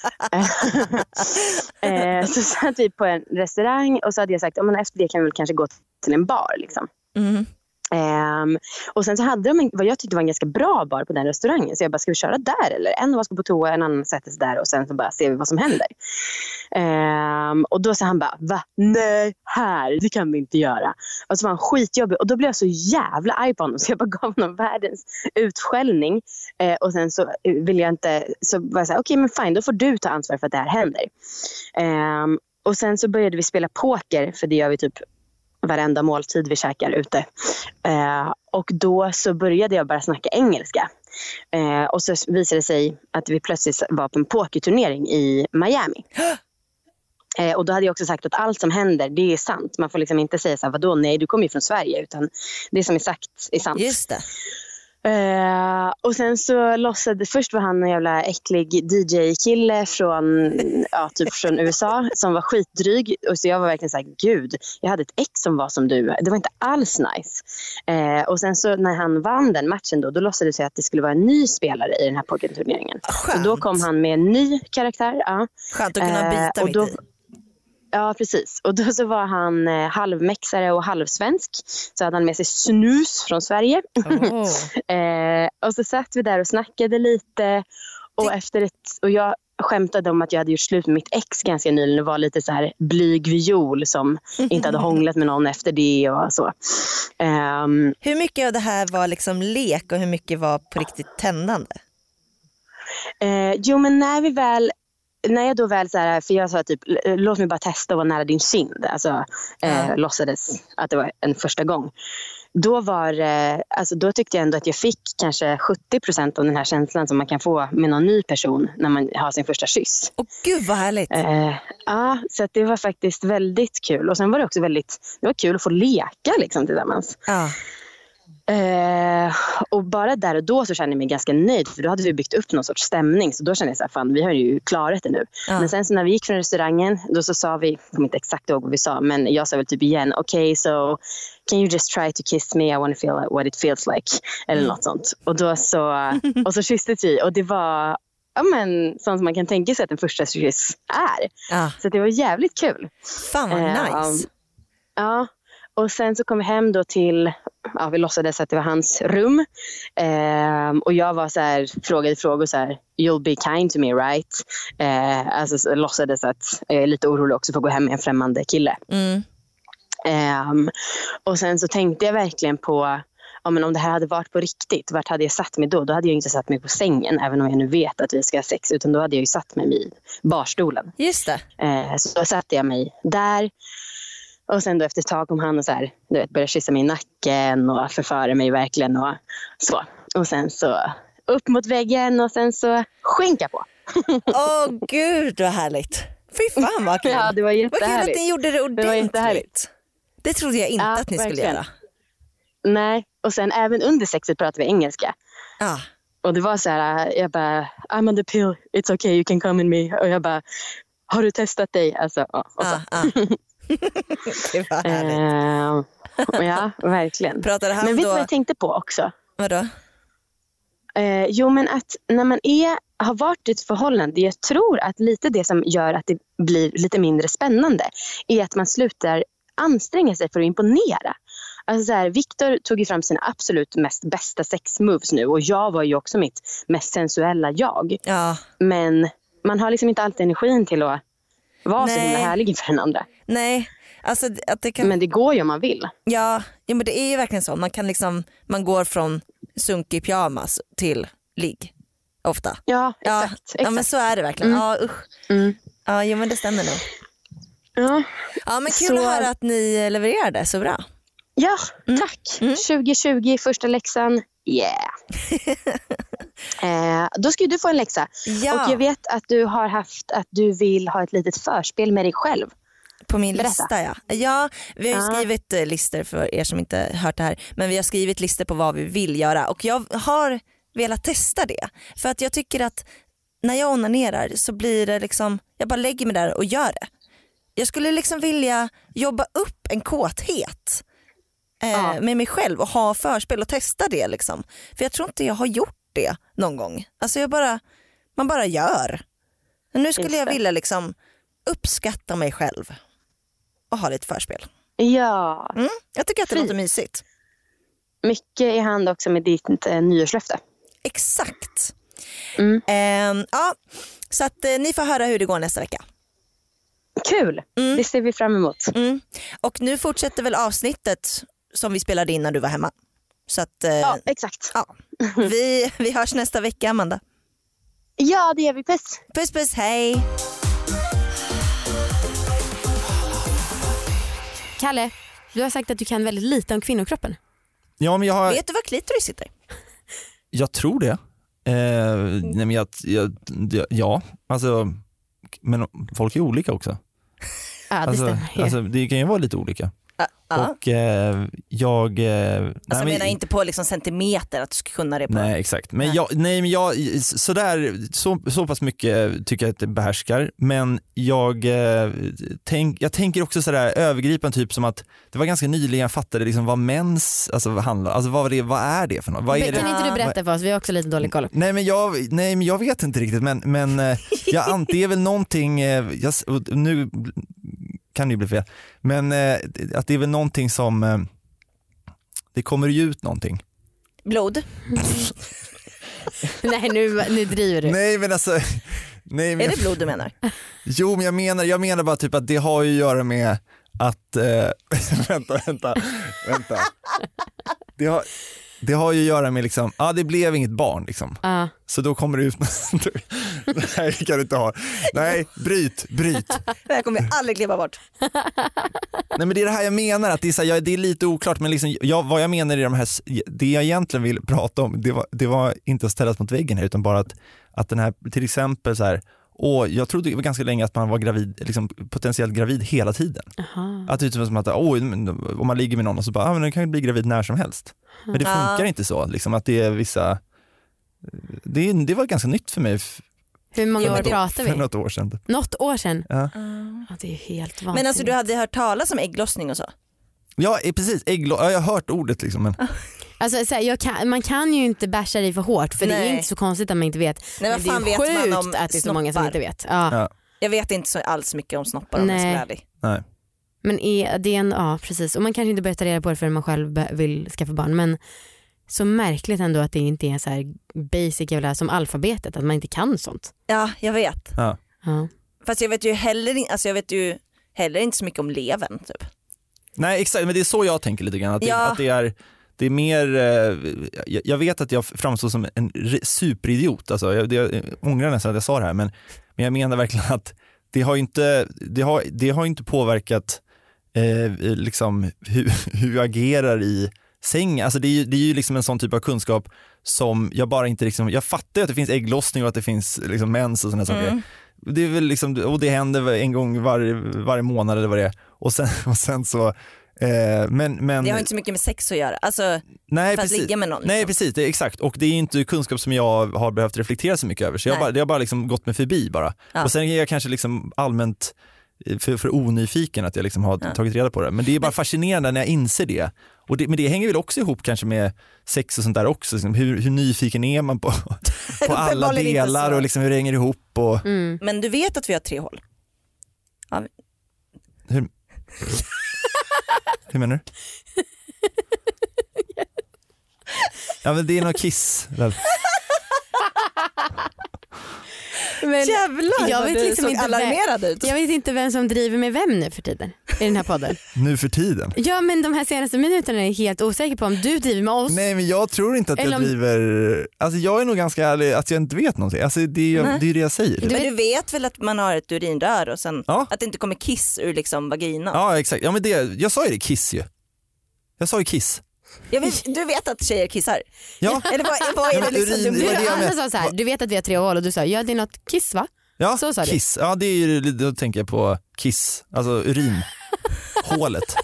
Ehm, så satt vi på en restaurang och så hade jag sagt, ja, men efter det kan vi väl kanske gå till en bar liksom. Mm. Ehm, och sen så hade de en, vad jag tyckte var en ganska bra bar på den restaurangen, så jag bara, ska vi köra där eller? En av oss går på toa, en annan sätter sig där och sen så bara ser vi vad som händer. Ehm, och då sa han bara, va? Nej, här, det kan vi inte göra. Och så var han skitjobbig och då blev jag så jävla arg på honom så jag bara gav honom världens utskällning. Ehm, och sen så vill jag inte, så var jag så här, okej men fine, då får du ta ansvar för att det här händer. Ehm, och sen så började vi spela poker, för det gör vi typ varenda måltid vi käkar ute. Eh, och då så började jag bara snacka engelska. Eh, och så visade det sig att vi plötsligt var på en pokerturnering i Miami. Eh, och då hade jag också sagt att allt som händer, det är sant. Man får liksom inte säga så här, vadå, nej du kommer ju från Sverige, utan det som är sagt är sant. Just det. Uh, och sen så låtsades, först var han en jävla äcklig D J-kille från, ja, typ från U S A som var skitdryg, och så jag var verkligen så här, gud, jag hade ett ex som var som du, det var inte alls nice. Uh, och sen så när han vann den matchen då, då låtsades jag att det skulle vara en ny spelare i den här pokerturneringen. Så då kom han med en ny karaktär. Ja. Skönt att kunna byta uh, och då, mitt i. Ja, precis. Och då så var han eh, halvmexare och halvsvensk. Så hade han med sig snus från Sverige. Oh. eh, och så satt vi där och snackade lite. Och, det... efter ett, och jag skämtade om att jag hade gjort slut med mitt ex ganska nyligen. Och var lite så här blyg viol som inte hade hånglat med någon efter det och så. Um, hur mycket av det här var liksom lek och hur mycket var på riktigt tändande? Eh, jo, men när vi väl... När jag då väl så här, för jag sa typ, låt mig bara testa att vara nära din kind. Alltså, eh, ja. låtsades att det var en första gång. Då var eh, alltså då tyckte jag ändå att jag fick kanske sjuttio procent av den här känslan som man kan få med någon ny person när man har sin första kyss. Åh gud vad härligt. Eh, ja, så att det var faktiskt väldigt kul. Och sen var det också väldigt, det var kul att få leka liksom tillsammans. Ja. Eh, och bara där och då så kände jag mig ganska nöjd, för då hade vi byggt upp någon sorts stämning, så då kände jag så här, fan, vi har ju klarat det nu. Ja. Men sen så när vi gick från restaurangen, då så sa vi, jag kommer inte exakt ihåg vad vi sa, men jag sa väl typ igen, okej, okay, so can you just try to kiss me, I want to feel what it feels like, eller mm. något sånt. Och då så, och så kysstes vi, och det var, ja men, sånt som man kan tänka sig att en första kyss är. Ja. Så det var jävligt kul. Fan vad eh, nice. Ja. Och sen så kom vi hem då till, ja, vi låtsades att det var hans rum. Eh, och jag var så här, frågade frågor så här, you'll be kind to me, right? Eh, alltså så låtsades att jag är lite orolig också för att gå hem med en främmande kille. Mm. Eh, och sen så tänkte jag verkligen på, ja, men om det här hade varit på riktigt, vart hade jag satt mig då? Då hade jag inte satt mig på sängen, även om jag nu vet att vi ska ha sex, utan då hade jag ju satt mig vid barstolen. Just det. Eh, så då satte jag mig där. Och sen då efter ett tag kom han och så här, du vet, började kyssa mig i nacken och förföra mig verkligen och så. Och sen så upp mot väggen och sen så skänka på. Åh oh, gud vad härligt. Fy fan vad kul. Ja, det var jättehärligt. Vad kul att ni gjorde det ordentligt. Det var jättehärligt. Det trodde jag inte ja, att ni verkligen skulle göra. Nej, och sen även under sexet pratade vi engelska. Ja. Och det var så här, jag bara, I'm on the pill, it's okay, you can come in me. Och jag bara, har du testat dig? Alltså, och så. Ah, ah. Det var härligt. Uh, ja, verkligen. Pratade han men vet du då... vad jag tänkte på också? Vadå? Uh, jo, men att när man är, har varit i ett förhållande, jag tror att lite det som gör att det blir lite mindre spännande är att man slutar anstränga sig för att imponera. Alltså så här, Victor tog ju fram sina absolut mest bästa sexmoves nu, och jag var ju också mitt mest sensuella jag. Ja. Men man har liksom inte alltid energin till att vara så himla härlig inför den andra. Nej, alltså att det kan... Men det går ju om man vill. Ja, ja, men det är ju verkligen så. Man kan liksom, man går från sunkig pyjamas till ligg ofta. Ja, exakt. Ja, exakt. ja men så är det verkligen. Mm. Ja, usch. Mm. Ja, jo, men det stämmer nog. Ja, ja men kul så... att höra att ni levererade så bra. Ja, mm. tack. Mm. tjugo tjugo, första läxan. Yeah. eh, då ska du få en läxa. Ja. Och jag vet att du har haft att du vill ha ett litet förspel med dig själv. På min Berätta. lista, ja. Ja, vi har ju ja. skrivit uh, listor för er som inte hört det här. Men vi har skrivit listor på vad vi vill göra. Och jag har velat testa det. För att jag tycker att när jag onanerar så blir det liksom, jag bara lägger mig där och gör det. Jag skulle liksom vilja jobba upp en kåthet eh, ja. med mig själv och ha förspel och testa det liksom. För jag tror inte jag har gjort det någon gång. Alltså jag bara, man bara gör. Men nu skulle jag vilja liksom uppskatta mig själv och ha lite förspel. Ja. Mm, jag tycker att det Fri. låter mysigt. Mycket i hand också med ditt eh, nyårslöfte. Exakt. Mm. Eh, ja, så att eh, ni får höra hur det går nästa vecka. Kul, mm. det ser vi fram emot. Mm. Och nu fortsätter väl avsnittet som vi spelade in när du var hemma. Så att, eh, ja, exakt. Ja. Vi, vi hörs nästa vecka, Amanda. Ja, det gör vi. Puss. Puss, puss, hej. Kalle, du har sagt att du kan väldigt lite om kvinnokroppen. Ja, men jag har... Vet du var klitoris sitter? Jag tror det. Eh, nej, men jag, jag, ja, alltså, men folk är olika också. Ja, det Alltså, stämmer ju. alltså, det kan ju vara lite olika. Ja, ja. Och eh, jag... Eh, Alltså nej, jag men- menar inte på liksom centimeter att du ska kunna det på. Nej exakt, men Nej. jag, nej, men jag sådär, så, så pass mycket tycker jag att det behärskar, men jag, eh, tänk, jag tänker också sådär övergripande typ som att det var ganska nyligen jag fattade liksom vad mens alltså, vad handlar, alltså vad, det, vad är det för något? Vad är Kan det? inte du berätta för oss? Vi har också lite dålig koll. Nej men jag, nej, men jag vet inte riktigt, men, men eh, jag antar det är väl någonting, eh, jag, och nu kan det ju bli fel, men eh, att det är väl någonting som, eh, det kommer ju ut någonting. Blod. Nej nu, nu driver du. Nej men alltså, nej, men Är det blod du menar? Jo men jag menar, jag menar bara typ att det har ju att göra med att, eh, vänta, vänta, vänta. Det har, det har ju att göra med liksom, ja ah, det blev inget barn liksom. Ja. Så då kommer det ut, nej det kan du inte ha. Nej, bryt, bryt. Det här kommer jag aldrig klippa bort. Nej men det är det här jag menar, att det är, så här, jag, det är lite oklart, men liksom, jag, vad jag menar i de här, det jag egentligen vill prata om, det var, det var inte att ställas mot väggen här, utan bara att, att den här, till exempel så här, åh, jag trodde det var ganska länge att man var gravid, liksom, potentiellt gravid hela tiden. Aha. Att det är typ som att åh, om man ligger med någon och så bara, ah, men den kan bli gravid när som helst. Men det funkar Ja. inte så, liksom, att det är vissa, det, det var ganska nytt för mig f- Hur många Ja, år men det- pratar för vi? något år sedan. Något år sedan? Ja, Ja, det är ju helt vansinnigt. Men alltså du hade hört talas om ägglossning och så? ja eh, precis, ägglå, ja, jag har hört ordet liksom, men Alltså, så här, jag kan, man kan ju inte basha dig för hårt, för det är Nej. inte så konstigt att man inte vet. Nej, vad men det fan är vet sjukt man om att det är så många som snoppar? inte vet. Ja. Ja. Jag vet inte så alls mycket om snoppar om jag ska Nej. vara ärlig. nej. Men är det en, ja precis, och man kanske inte börjar ta reda på det förrän man själv be- vill skaffa barn, men så märkligt ändå att det inte är så här basic jävla som alfabetet, att man inte kan sånt. Ja, jag vet. Ja. Ja. Fast jag vet ju heller, in- alltså jag vet ju heller inte så mycket om levern typ. Nej exakt, men det är så jag tänker lite grann, att det, Ja. att det är det är mer, eh, jag, jag vet att jag framstår som en re- superidiot, alltså, jag, det, jag ångrar nästan att jag sa det här, men, men jag menar verkligen att det har ju inte, det har, det har inte påverkat eh, liksom hur, hur jag agerar i säng, alltså det är ju, det är ju liksom en sån typ av kunskap som jag bara inte liksom, jag fattar ju att det finns ägglossning och att det finns liksom mens och sådana saker. Mm. Det är väl liksom, och det händer en gång varje, varje månad eller vad det är, och sen, och sen så Eh, men, men, Det har inte så mycket med sex att göra. Alltså, nej, för att precis, ligga med någon. Liksom. nej precis, det är exakt, och det är inte kunskap som jag har behövt reflektera så mycket över, så jag Nej. bara, det har bara liksom gått mig förbi bara. Ja. Och sen är jag kanske liksom allmänt för, för onyfiken att jag liksom har Ja. tagit reda på det, men det är bara fascinerande när jag inser det. Och det, men det hänger väl också ihop kanske med sex och sånt där också, liksom, hur, hur nyfiken är man på, på alla Uppenbarligen inte delar så. och liksom hur det hänger ihop och Mm. Men du vet att vi har tre hål? Ja, hur, hur menar du? Ja men det är nog kiss väl? Men jävlar jag vad vet du liksom såg inte alarmerad ut. jag vet inte vem som driver med vem nu för tiden i den här podden. Nu för tiden? Ja men de här senaste minuterna är jag helt osäker på om du driver med oss. Nej men jag tror inte att Eller jag om- driver, alltså jag är nog ganska ärlig att jag inte vet någonting, alltså det är ju Nej. det, är det jag säger. Du Men vet- du vet väl att man har ett urinrör och sen Ja. att det inte kommer kiss ur liksom vaginan? Ja exakt, ja men det, jag sa ju det, kiss ju. Jag sa ju kiss. Jag vet, du vet att tjejer kissar? Ja, Eller vad, vad är Ja, det men liksom urin- du det var det Du, jag Anna med- sa så här, du vet att vi har tre hål och du sa ja det är något kiss va? ja Så sa du. kiss, ja det är ju, då tänker jag på kiss, alltså urinhålet.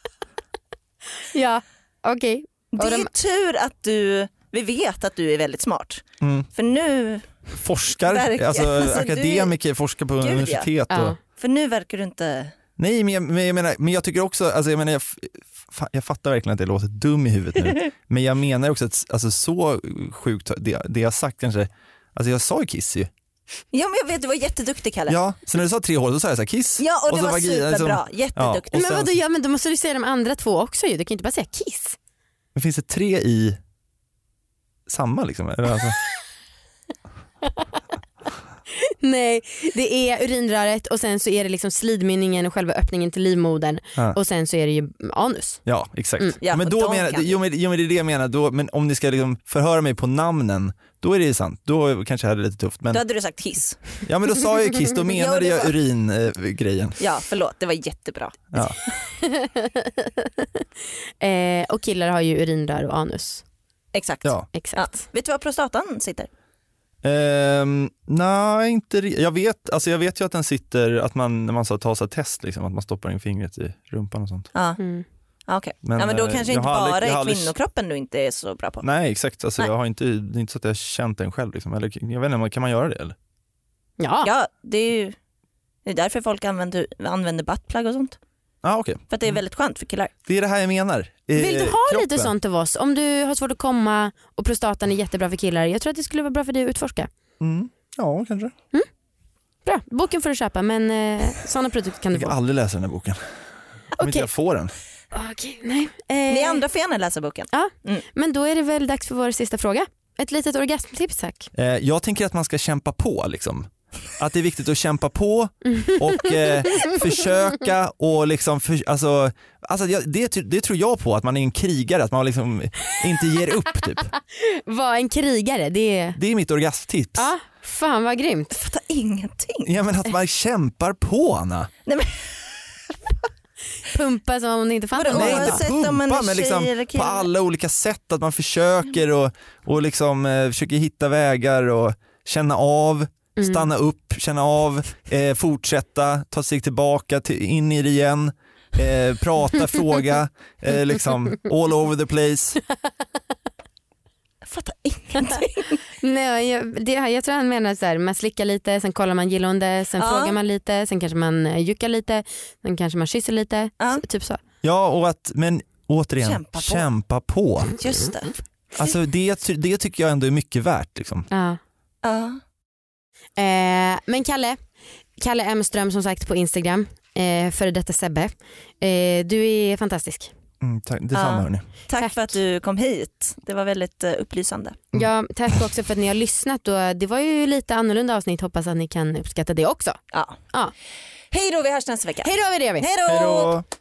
Ja okej. Det är ju tur att du, vi vet att du är väldigt smart. Mm. För nu, Forskar, Verkar- alltså, alltså, du- akademiker, forskar på Gud, ja. universitet och... Ja. för nu verkar du inte... Nej men jag, men jag menar, men jag tycker också, alltså jag menar jag, fa- jag fattar verkligen att jag låter dum i huvudet nu, men jag menar också att alltså, så sjukt, det, det jag sagt kanske, alltså jag sa ju kiss ju. Ja men jag vet, du var jätteduktig Kalle. Ja, så när du sa tre hål så sa jag så här, kiss. Ja och det så var vagina, superbra, liksom- jätteduktig. Ja, och Men sen- vadå, ja men då måste du säga de andra två också ju, du kan inte bara säga kiss. Men finns det tre i samma liksom? Eller alltså? Nej, det är urinröret och sen så är det liksom slidmynningen och själva öppningen till livmodern Ja. och sen så är det ju anus. Ja, exakt. Mm. Ja, men, och då de menar, kan- jo, men, jo men det är det jag menar, då, men om ni ska liksom förhöra mig på namnen, då är det sant, då kanske jag hade det lite tufft. Men, Då hade du sagt kiss. ja men då sa jag ju kiss, då menade Ja, det jag var- uringrejen. Ja förlåt, det var jättebra. Ja. Eh, och killar har ju urinrör och anus. Exakt. Ja. Ja. Exakt. Vet du var prostatan sitter? Um, nej, inte jag vet, alltså jag vet ju att den sitter, att man när man ska ta sig test liksom, att man stoppar in fingret i rumpan och sånt. Ja. Mm. Okay. Men, ja, men då kanske inte bara aldrig, är aldrig... kvinnokroppen du inte är så bra på. Nej, exakt. Alltså, Nej. Jag har inte, det är inte så att jag har känt den själv. Liksom. Eller, jag vet inte, kan man göra det? Eller? Ja. Ja, det är ju det är därför folk använder, använder buttplug och sånt. Ah, okay. För att det är väldigt skönt för killar. Det är det här jag menar. Eh, Vill du ha kroppen. lite sånt av oss? Om du har svårt att komma och prostatan är jättebra för killar. Jag tror att det skulle vara bra för dig att utforska. Mm. Ja, kanske. Mm. Bra, boken får du köpa, men eh, sådana produkter kan du Jag få. kan aldrig läsa den här boken. Om Okej. inte jag får den. Okej, nej. Eh, Ni andra får gärna läsa boken. Ja, Mm. men då är det väl dags för vår sista fråga. Ett litet orgasmtips, tack. Eh, jag tänker att man ska kämpa på liksom. Att det är viktigt att kämpa på och eh, försöka och liksom för, alltså, alltså det, det tror jag på, att man är en krigare, att man liksom inte ger upp typ. Var en krigare, det är... Det är mitt orgasmtips. Ja, fan vad grymt. Jag fattar ingenting. Ja, men att man kämpar på, Anna. Nej, men, Pumpa som om det inte fanns Vadå? någon. Nej, Oavsett inte om man är pumpa, men tjej liksom eller kille. på alla olika sätt, att man försöker och, och liksom eh, försöker hitta vägar och känna av, Mm. stanna upp, känna av, eh, fortsätta, ta sig tillbaka till, in i det igen, eh, prata, fråga, eh, liksom all over the place. jag fattar ingenting. Nej, jag, det, jag tror han menar så här, man slickar lite, sen kollar man gillar hon det, sen Ja. frågar man lite, sen kanske man eh, juckar lite, sen kanske man kysser lite, Ja. så, typ så. Ja, och att, men återigen, Kämpa på. kämpa på. Just det. Alltså det, det tycker jag ändå är mycket värt liksom. Ja. Ja. Eh, men Kalle, Kalle Emström som sagt på Instagram, eh, före detta Sebbe. Eh, du är fantastisk. Mm, tack, detsamma Ja. hörni. Tack, Tack. för att du kom hit. Det var väldigt uh, upplysande. Mm. Ja, tack också för att ni har lyssnat. Och det var ju lite annorlunda avsnitt, hoppas att ni kan uppskatta det också. Ja. Ja. Hej då, vi hörs nästa vecka. Hej då, det gör vi. Hej Hej då! då!